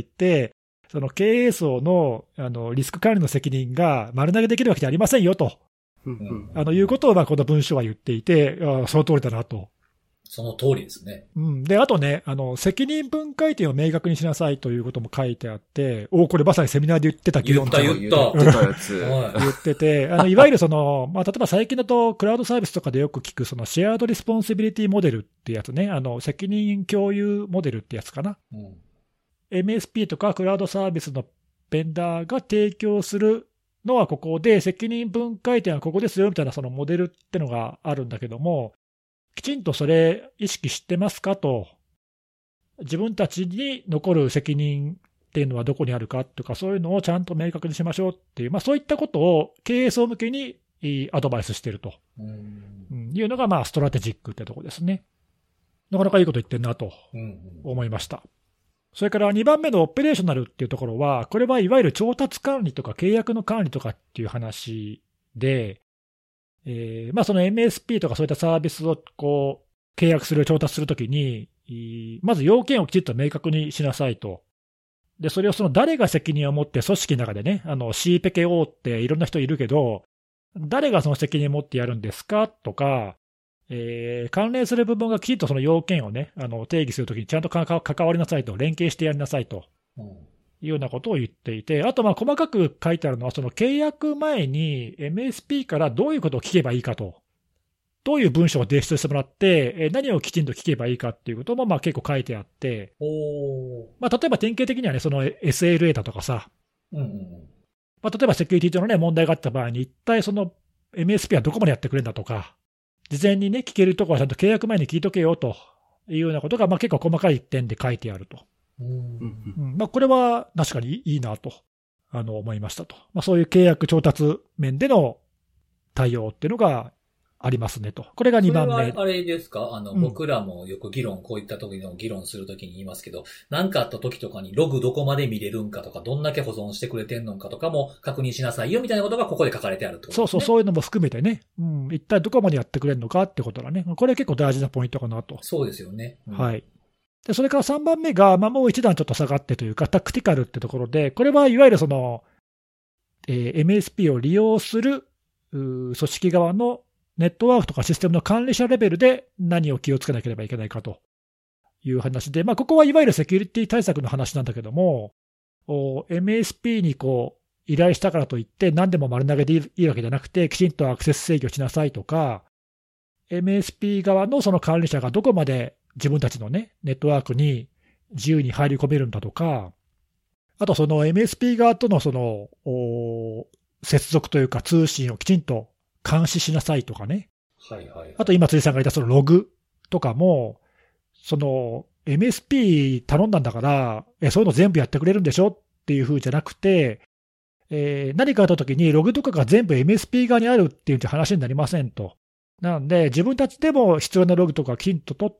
Speaker 2: その経営層のあのリスク管理の責任が丸投げできるわけじゃありませんよと、
Speaker 3: うんうん
Speaker 2: あのいうことをまあこの文書は言っていて、あその通りだなと。
Speaker 1: その通りですね。
Speaker 2: うん、で、あとね、あの、責任分解点を明確にしなさいということも書いてあって、おこれまさにセミナーで言ってた議論だ
Speaker 1: 言った言った
Speaker 3: 言ってたやつ。
Speaker 1: は
Speaker 2: 言ってて、あのいわゆるその、まあ、例えば最近だと、クラウドサービスとかでよく聞く、そのシェアードリスポンシビリティモデルってやつね、あの責任共有モデルってやつかな。
Speaker 1: い。うん
Speaker 2: エムエスピー とかクラウドサービスのベンダーが提供するのはここで、責任分解点はここですよみたいなそのモデルってのがあるんだけども、きちんとそれ意識してますかと、自分たちに残る責任っていうのはどこにあるかとか、そういうのをちゃんと明確にしましょうっていう、まあ、そういったことを経営層向けにアドバイスしていると
Speaker 1: うん
Speaker 2: いうのが、まあ、ストラテジックってとこですね。なかなかいいこと言ってるなと
Speaker 1: うんうん
Speaker 2: 思いました。それからにばんめのオペレーショナルっていうところは、これはいわゆる調達管理とか契約の管理とかっていう話で、えーまあ、その エムエスピー とかそういったサービスをこう契約する、調達するときに、いまず要件をきちっと明確にしなさいと。で、それをその誰が責任を持って組織の中でね、あの シーペケオー っていろんな人いるけど、誰がその責任を持ってやるんですかとか、えー関連する部分がきちっとその要件をね、あの定義するときにちゃんとかか関わりなさいと、連携してやりなさいと。
Speaker 1: うん
Speaker 2: いうようなことを言っていて、あとまあ細かく書いてあるのは、その契約前に エムエスピー からどういうことを聞けばいいかと、どういう文章を提出してもらって、え何をきちんと聞けばいいかっていうこともまあ結構書いてあって、
Speaker 1: おー
Speaker 2: まあ、例えば典型的にはね、その エスエルエー だとかさ、
Speaker 1: うんうん
Speaker 2: まあ、例えばセキュリティ上の、ね、問題があった場合に、一体その エムエスピー はどこまでやってくれるんだとか、事前にね、聞けるところはちゃんと契約前に聞いとけよというようなことがまあ結構細かい点で書いてあると。
Speaker 1: うん
Speaker 3: うん
Speaker 2: うんまあ、これは確かにいいなとあの思いましたと、まあ、そういう契約調達面での対応っていうのがありますねと、これがにばんめ。
Speaker 1: それはあれですかあの、
Speaker 2: うん
Speaker 1: 僕らもよく議論、こういった時の議論するときに言いますけど、何かあった時とかにログどこまで見れるんかとか、どんだけ保存してくれてんのかとかも確認しなさいよみたいなことがここで書かれてあるってことですね。
Speaker 2: そうそう、そういうのも含めてね、うん、一体どこまでやってくれるのかってことがね、これ結構大事なポイントかなと。
Speaker 1: そうですよね。うん
Speaker 2: はい。で、それからさんばんめが、まあ、もう一段ちょっと下がってというか、タクティカルってところで、これはいわゆるその、えー エムエスピー を利用するうー組織側のネットワークとかシステムの管理者レベルで何を気をつけなければいけないかという話で、まあ、ここはいわゆるセキュリティ対策の話なんだけども、お エムエスピー にこう依頼したからといって、何でも丸投げでいいわけじゃなくて、きちんとアクセス制御しなさいとか、エムエスピー 側のその管理者がどこまで自分たちのね、ネットワークに自由に入り込めるんだとか、あとその エムエスピー 側とのその、お接続というか通信をきちんと監視しなさいとかね。
Speaker 1: はいはいはい。
Speaker 2: あと今辻さんが言ったそのログとかも、その エムエスピー 頼んだんだから、え、そういうの全部やってくれるんでしょっていう風じゃなくて、えー何かあったときにログとかが全部 エムエスピー 側にあるっていう話になりませんと。なので、自分たちでも必要なログとかきちんと取って、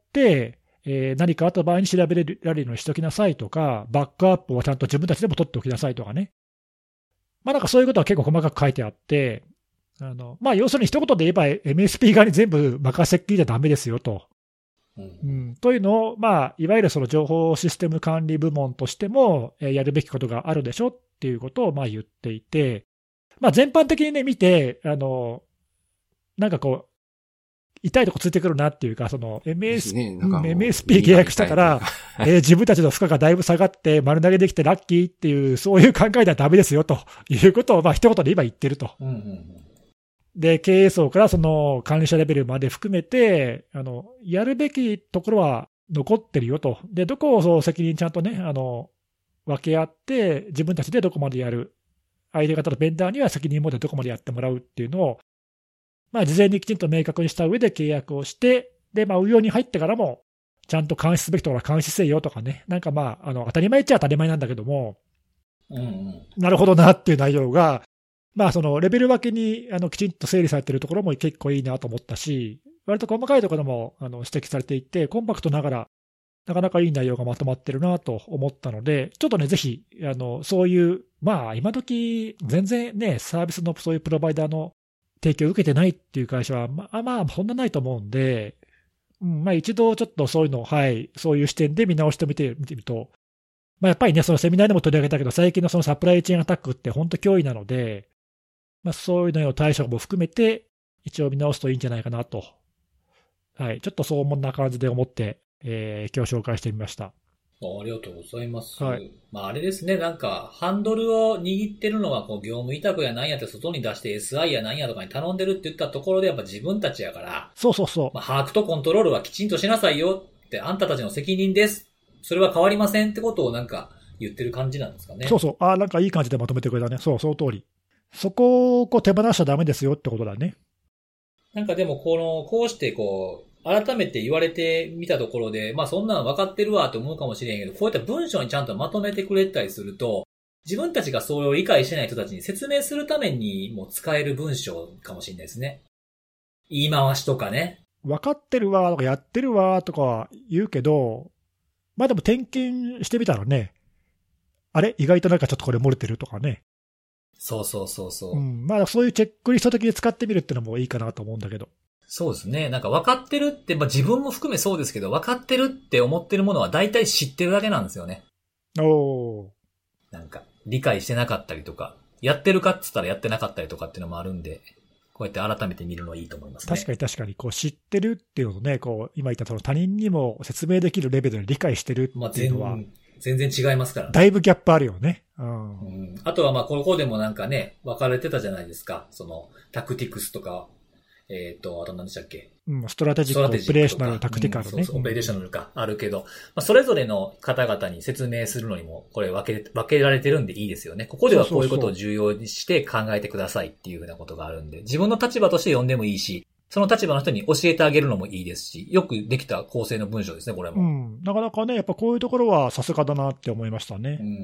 Speaker 2: えー何かあった場合に調べられるようにしておきなさいとか、バックアップをちゃんと自分たちでも取っておきなさいとかね。まあなんかそういうことは結構細かく書いてあって、あのまあ要するに一言で言えば エムエスピー 側に全部任せっきりじゃダメですよと。
Speaker 1: うん
Speaker 2: うん、というのを、まあ、いわゆるその情報システム管理部門としても、えーやるべきことがあるでしょっていうことをまあ言っていて、まあ、全般的に、ね、見て、あのなんかこう、痛いとこついてくるなっていうか、その エムエス、
Speaker 3: ね、なんかもう
Speaker 2: エムエスピー 契約したから、えー自分たちの負荷がだいぶ下がって丸投げできてラッキーっていう、そういう考えではダメですよということを、まあ一言で今言ってると。
Speaker 1: うんうんうん、
Speaker 2: で、経営層からその管理者レベルまで含めて、あの、やるべきところは残ってるよと。で、どこをそう責任ちゃんとね、あの、分け合って、自分たちでどこまでやる。相手方のベンダーには責任を持ってどこまでやってもらうっていうのを、まあ、事前にきちんと明確にした上で契約をして、で、まあ、運用に入ってからも、ちゃんと監視すべきところは監視せよとかね、なんかまあ、あの、当たり前っちゃ当たり前なんだけども、
Speaker 1: うんうん、
Speaker 2: なるほどなっていう内容が、まあ、そのレベル分けにあのきちんと整理されているところも結構いいなと思ったし、割と細かいところもあの指摘されていて、コンパクトながら、なかなかいい内容がまとまってるなと思ったので、ちょっとね、ぜひ、あのそういう、まあ、今時全然ね、サービスのそういうプロバイダーの提供を受けてないっていう会社は、まあ、まあ、そんなないと思うんで、うんまあ、一度ちょっとそういうのを、はい、そういう視点で見直してみてみてみると、まあ、やっぱりね、そのセミナーでも取り上げたけど、最近のそのサプライチェーンアタックって本当脅威なので、まあ、そういうのを対処も含めて、一応見直すといいんじゃないかなと、はい、ちょっとそうこんな感じで思って、えー、今日紹介してみました。
Speaker 1: ありがとうございます。
Speaker 2: はい、
Speaker 1: まああれですね、なんか、ハンドルを握ってるのは、こう、業務委託やなんやって外に出して エスアイ やなんやとかに頼んでるって言ったところで、やっぱ自分たちやから、
Speaker 2: そうそうそう。
Speaker 1: まあ、把握とコントロールはきちんとしなさいよって、あんたたちの責任です。それは変わりませんってことをなんか言ってる感じなんですかね。
Speaker 2: そうそう。ああ、なんかいい感じでまとめてくれたね。そう、その通り。そこをこう手放しちゃダメですよってことだね。
Speaker 1: なんかでも、この、こうしてこう、改めて言われてみたところで、まあそんなの分かってるわと思うかもしれんけど、こういった文章にちゃんとまとめてくれたりすると、自分たちがそれを理解してない人たちに説明するためにも使える文章かもしれないですね。言い回しとかね。
Speaker 2: 分かってるわとかやってるわとか言うけど、まあでも点検してみたらね、あれ意外となんかちょっとこれ漏れてるとかね。
Speaker 1: そうそうそうそう。
Speaker 2: うん、まあそういうチェックリスト的に使ってみるってのもいいかなと思うんだけど。
Speaker 1: そうですね。なんか分かってるって、まあ自分も含めそうですけど、分かってるって思ってるものは大体知ってるだけなんですよね。
Speaker 2: おー。
Speaker 1: なんか、理解してなかったりとか、やってるかっつったらやってなかったりとかっていうのもあるんで、こうやって改めて見るのはいいと思いますね。
Speaker 2: 確かに確かに、こう知ってるっていうのとね、こう今言ったその他人にも説明できるレベルで理解してるっていうのは、
Speaker 1: まあ、全然違いますからね。
Speaker 2: だいぶギャップあるよね。うん。
Speaker 1: うん、あとはまあ、ここでもなんかね、分かれてたじゃないですか。その、タクティクスとか、えっ、ー、と、あと何でしたっけ？
Speaker 2: うん、ストラテジック、オペレーショナル、タクティカルね。
Speaker 1: うん、そうそう、オペレーショナルか、あるけど、まあ、それぞれの方々に説明するのにも、これ分け、分けられてるんでいいですよね。ここではこういうことを重要にして考えてくださいっていうふうなことがあるんで、自分の立場として読んでもいいし、その立場の人に教えてあげるのもいいですし、よくできた構成の文章ですね、これも。
Speaker 2: うん。なかなかね、やっぱこういうところはさすがだなって思いましたね。
Speaker 1: うんうんうん。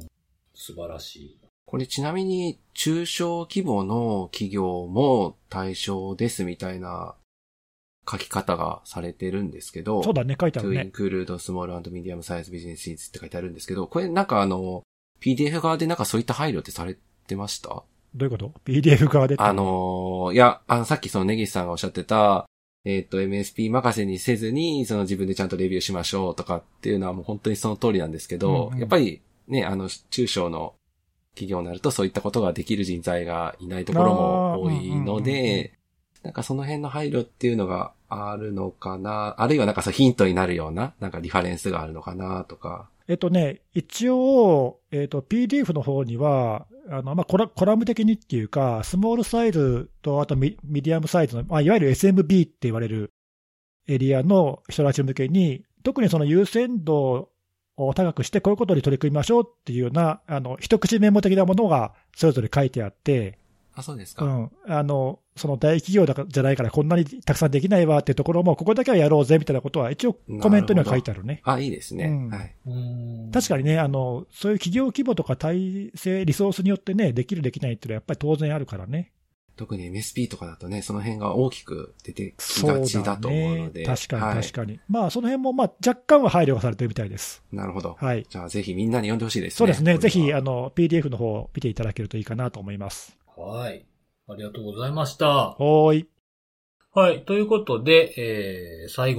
Speaker 1: 素晴らしい。
Speaker 3: これちなみに中小規模の企業も対象ですみたいな書き方がされてるんですけど。
Speaker 2: そうだね、書いてあるね。
Speaker 3: to include small and medium size businesses って書いてあるんですけど、これなんかあの、ピーディーエフ 側でなんかそういった配慮ってされてました？
Speaker 2: どういうこと？ ピーディーエフ 側でって。
Speaker 3: あのー、いや、あの、さっきその根岸さんがおっしゃってた、えっと、エムエスピー 任せにせずに、その自分でちゃんとレビューしましょうとかっていうのはもう本当にその通りなんですけど、うんうん、やっぱりね、あの、中小の企業になるとそういったことができる人材がいないところも多いので、なんかその辺の配慮っていうのがあるのかな、あるいはなんかそうヒントになるような、なんかリファレンスがあるのかなとか。
Speaker 2: えっとね、一応、えっと、ピーディーエフ の方には、あの、まあ、コラ、コラム的にっていうか、スモールサイズと、あとミ、ミディアムサイズの、まあ、いわゆる エスエムビー って言われるエリアの人たち向けに、特にその優先度を高くして、こういうことに取り組みましょうっていうような、あの、一口メモ的なものがそれぞれ書いてあって、
Speaker 3: あ、そうですか。
Speaker 2: うん。あの、その大企業だじゃないからこんなにたくさんできないわっていうところも、ここだけはやろうぜみたいなことは一応コメントには書いてあるね。
Speaker 3: あ、いいですね。うん、はい。
Speaker 2: 確かにね、あの、そういう企業規模とか体制、リソースによってね、できるできないっていうのはやっぱり当然あるからね。
Speaker 3: 特に エムエスピー とかだとね、その辺が大きく出てきがちだと思うので。
Speaker 2: そうだね、確かに確かに。はい、まあ、その辺もまあ若干は配慮がされてるみたいです。
Speaker 3: なるほど。
Speaker 2: はい。
Speaker 3: じゃあぜひみんなに読んでほしいですね。
Speaker 2: そうですね。ぜひ、あの、ピーディーエフ の方を見ていただけるといいかなと思います。
Speaker 1: はい。ありがとうございました。
Speaker 2: はーい。
Speaker 1: はい。ということで、えー、最後、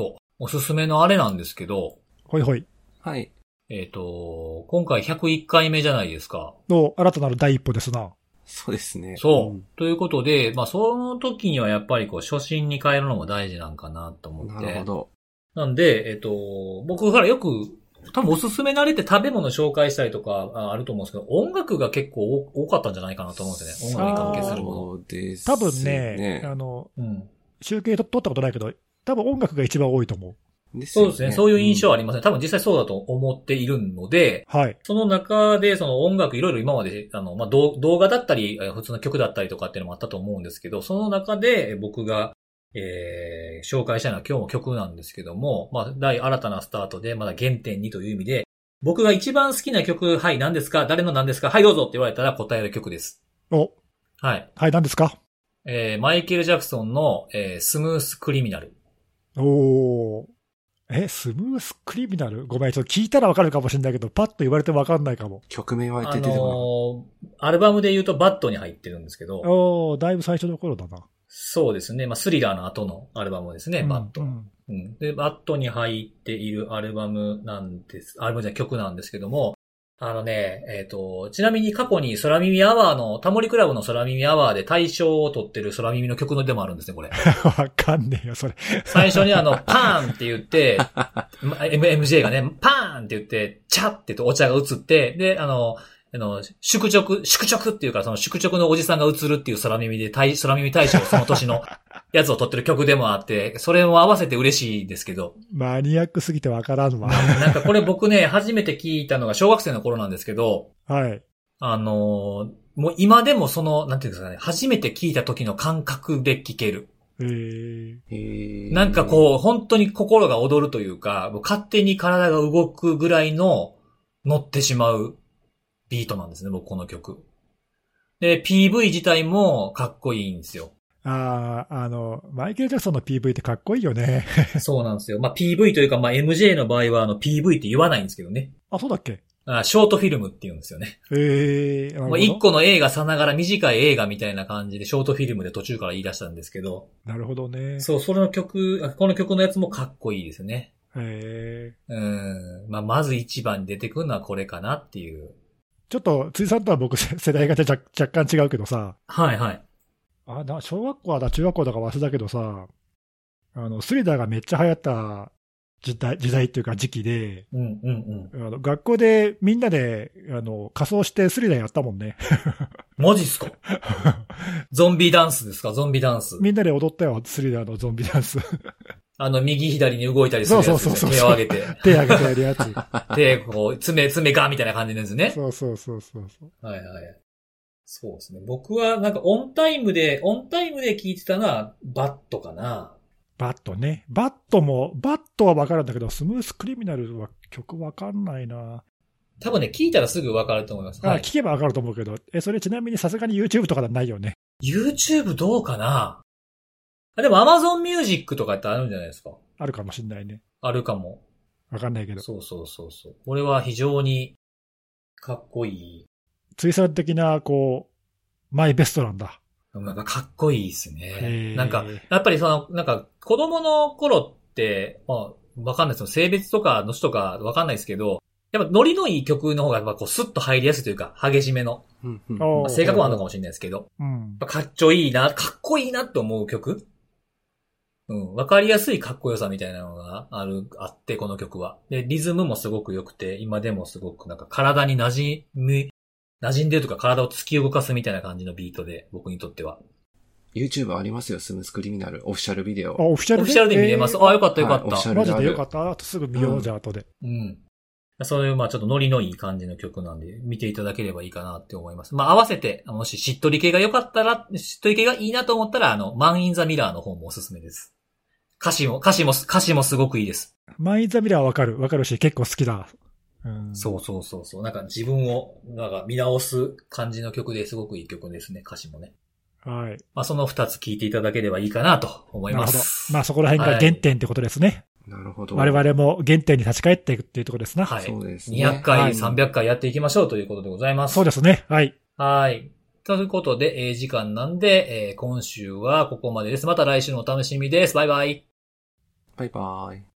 Speaker 1: おすすめのあれなんですけど、
Speaker 2: ほいほい。
Speaker 3: はい。
Speaker 1: えっと、今回ひゃくいっかいめじゃないですか。
Speaker 2: の新たなる第一歩ですな。
Speaker 3: そうですね。
Speaker 1: そう。
Speaker 3: うん、
Speaker 1: ということで、まあその時にはやっぱりこう初心に変えるのも大事なんかなと思って。
Speaker 3: なるほど。
Speaker 1: なんで、えっと、僕からよく、多分おすすめなれって食べ物紹介したりとかあると思うんですけど、音楽が結構多かったんじゃないかなと思うんですよね。音楽に関係するもの。
Speaker 3: そうです
Speaker 2: 多
Speaker 3: ね。
Speaker 2: 分ね、あの、
Speaker 1: うん、
Speaker 2: 集計取ったことないけど、多分音楽が一番多いと思う。
Speaker 1: ですよね、そうですね。そういう印象はありますね。うん、多分実際そうだと思っているので、
Speaker 2: はい。
Speaker 1: その中で、その音楽いろいろ今まで、あの、まあ、動画だったり、普通の曲だったりとかっていうのもあったと思うんですけど、その中で僕が、えー、紹介したいのは今日も曲なんですけども、まあ、第新たなスタートで、まだ原点にという意味で、僕が一番好きな曲、はい、何ですか？誰の何ですか？はい、どうぞって言われたら答える曲です。
Speaker 2: お。
Speaker 1: はい。
Speaker 2: はい、何ですか？
Speaker 1: えー、マイケル・ジャクソンの、えー、スムース・クリミナル。
Speaker 2: おー。え、スムースクリミナル？ごめん、ちょっと聞いたらわかるかもしれないけど、パッと言われてわかんないかも。
Speaker 3: 曲名は出てるな。あ
Speaker 1: のー、アルバムで言うとバットに入ってるんですけど。
Speaker 2: おー、だいぶ最初の頃だな。
Speaker 1: そうですね。まあ、スリラーの後のアルバムですね、
Speaker 2: うん、
Speaker 1: バット、
Speaker 2: うん
Speaker 1: うん。で、バットに入っているアルバムなんです、アルバムじゃない曲なんですけども、あのね、えっと、ちなみに過去に空耳アワーの、タモリクラブの空耳アワーで大賞を取ってる空耳の曲のでもあるんですね、これ。
Speaker 2: わかんねえよ、それ。
Speaker 1: 最初にあの、パーンって言って、エムジェー がね、パーンって言って、チャッって言ってお茶が映って、で、あの、あの、宿直、宿直っていうか、その宿直のおじさんが映るっていう空耳で、空耳大賞その年のやつを撮ってる曲でもあって、それも合わせて嬉しいですけど。
Speaker 2: マニアックすぎてわからんわ。
Speaker 1: なんかこれ僕ね、初めて聞いたのが小学生の頃なんですけど、
Speaker 2: はい。
Speaker 1: あの、もう今でもその、なんていうんですかね、初めて聞いた時の感覚で聞ける。
Speaker 2: へー。
Speaker 3: へー。
Speaker 1: なんかこう、本当に心が躍るというか、もう勝手に体が動くぐらいの乗ってしまうビートなんですね、僕この曲。で、ピーブイ 自体もかっこいいんですよ。
Speaker 2: ああ、あの、マイケル・ジャクソンの ピーブイ ってかっこいいよね。
Speaker 1: そうなんですよ。まあ ピーブイ というか、まあ エムジェー の場合はあの ピーブイ って言わないんですけどね。
Speaker 2: あ、そうだっけ？
Speaker 1: あ、ショートフィルムって言うんですよね。
Speaker 2: へえ。
Speaker 1: もう一個の映画さながら短い映画みたいな感じでショートフィルムで途中から言い出したんですけど。
Speaker 2: なるほどね。
Speaker 1: そう、それの曲、この曲のやつもかっこいいですね。
Speaker 2: へえ。
Speaker 1: うん。まあまず一番に出てくるのはこれかなっていう。
Speaker 2: ちょっと、辻さんとは僕世代が若干違うけどさ。
Speaker 1: はいはい。
Speaker 2: あ、な、小学校だ、中学校だか忘れたけどさ、あの、スリラーがめっちゃ流行った時代、時代っていうか時期で、
Speaker 1: うんうんうん。
Speaker 2: あの学校でみんなで、あの、仮装してスリラーやったもんね。
Speaker 1: マジっすか？ゾンビダンスですか？ゾンビダンス。
Speaker 2: みんなで踊ったよ、スリラーのゾンビダンス。
Speaker 1: あの、右左に動いたりするやつですね。
Speaker 2: そうそうそうそう。
Speaker 1: 手を上げて。
Speaker 2: 手上げてやるやつ。
Speaker 1: 手、こう、爪、爪がみたいな感じのやつね。
Speaker 2: そうそうそうそうそう。
Speaker 1: はいはい。そうですね。僕はなんかオンタイムで、オンタイムで聞いてたのはバットかな。
Speaker 2: バットね。バットも、バットはわかるんだけど、スムースクリミナルは曲わかんないな。
Speaker 1: 多分ね、聞いたらすぐわかると思います。
Speaker 2: あ、
Speaker 1: はい、
Speaker 2: 聞けばわかると思うけど、え、それちなみにさすがに YouTube とかではないよね。
Speaker 1: YouTube どうかなあ、でも Amazon Music とかってあるんじゃないですか？
Speaker 2: あるかもしんないね。
Speaker 1: あるかも。
Speaker 2: わかんないけど。
Speaker 1: そうそうそうそう。これは非常にかっこいい。
Speaker 2: 追さ的な、こう、マイベストなんだ。
Speaker 1: なんかかっこいいですね。なんか、やっぱりその、なんか子供の頃って、まあ、わかんないですよ。性別とかの人とかわかんないですけど、やっぱノリのいい曲の方がやっぱこうスッと入りやすいというか、激しめの。
Speaker 3: うんうん
Speaker 1: まあ、性格もあるのかもしれないですけど。
Speaker 2: うん、
Speaker 1: かっちょいいな、かっこいいなって思う曲。うん。わかりやすいかっこよさみたいなのがある、あって、この曲は。で、リズムもすごく良くて、今でもすごくなんか体に馴染み、馴染んでるとか体を突き動かすみたいな感じのビートで、僕にとっては。
Speaker 3: YouTube ありますよ、スムースクリミナル。オフィシャルビデオ。
Speaker 2: あ、オフィシャルで
Speaker 1: オフィシャルで見れます。えー、あ、よかったよかった。
Speaker 3: はい、
Speaker 2: マジでよかった。あとすぐ見よう、うん、じゃあ後で。
Speaker 1: うん。そういう、まあちょっとノリのいい感じの曲なんで、見ていただければいいかなって思います。まあ合わせて、もししっとり系が良かったら、しっとり系がいいなと思ったら、あの、マン・イン・ザ・ミラーの方もおすすめです。歌詞も、歌詞も、歌詞もすごくいいです。
Speaker 2: マン・イン・ザ・ミラーはわかる。わかるし、結構好きだ。
Speaker 1: うん、そうそうそうそう。なんか自分を、なんか見直す感じの曲ですごくいい曲ですね、歌詞もね。
Speaker 2: はい。
Speaker 1: まあその二つ聞いていただければいいかなと思います。
Speaker 2: なるほど。まあそこら辺が原点ってことですね。
Speaker 3: なるほど。
Speaker 2: 我々も原点に立ち返っていくっていうところですな。
Speaker 1: はい。
Speaker 3: そうですね。
Speaker 1: にひゃっかい、はい、さんびゃっかいやっていきましょうということでございます。
Speaker 2: そうですね。はい。
Speaker 1: はい。ということで、えー、時間なんで、えー、今週はここまでです。また来週のお楽しみです。バイバイ。
Speaker 3: バイバイ。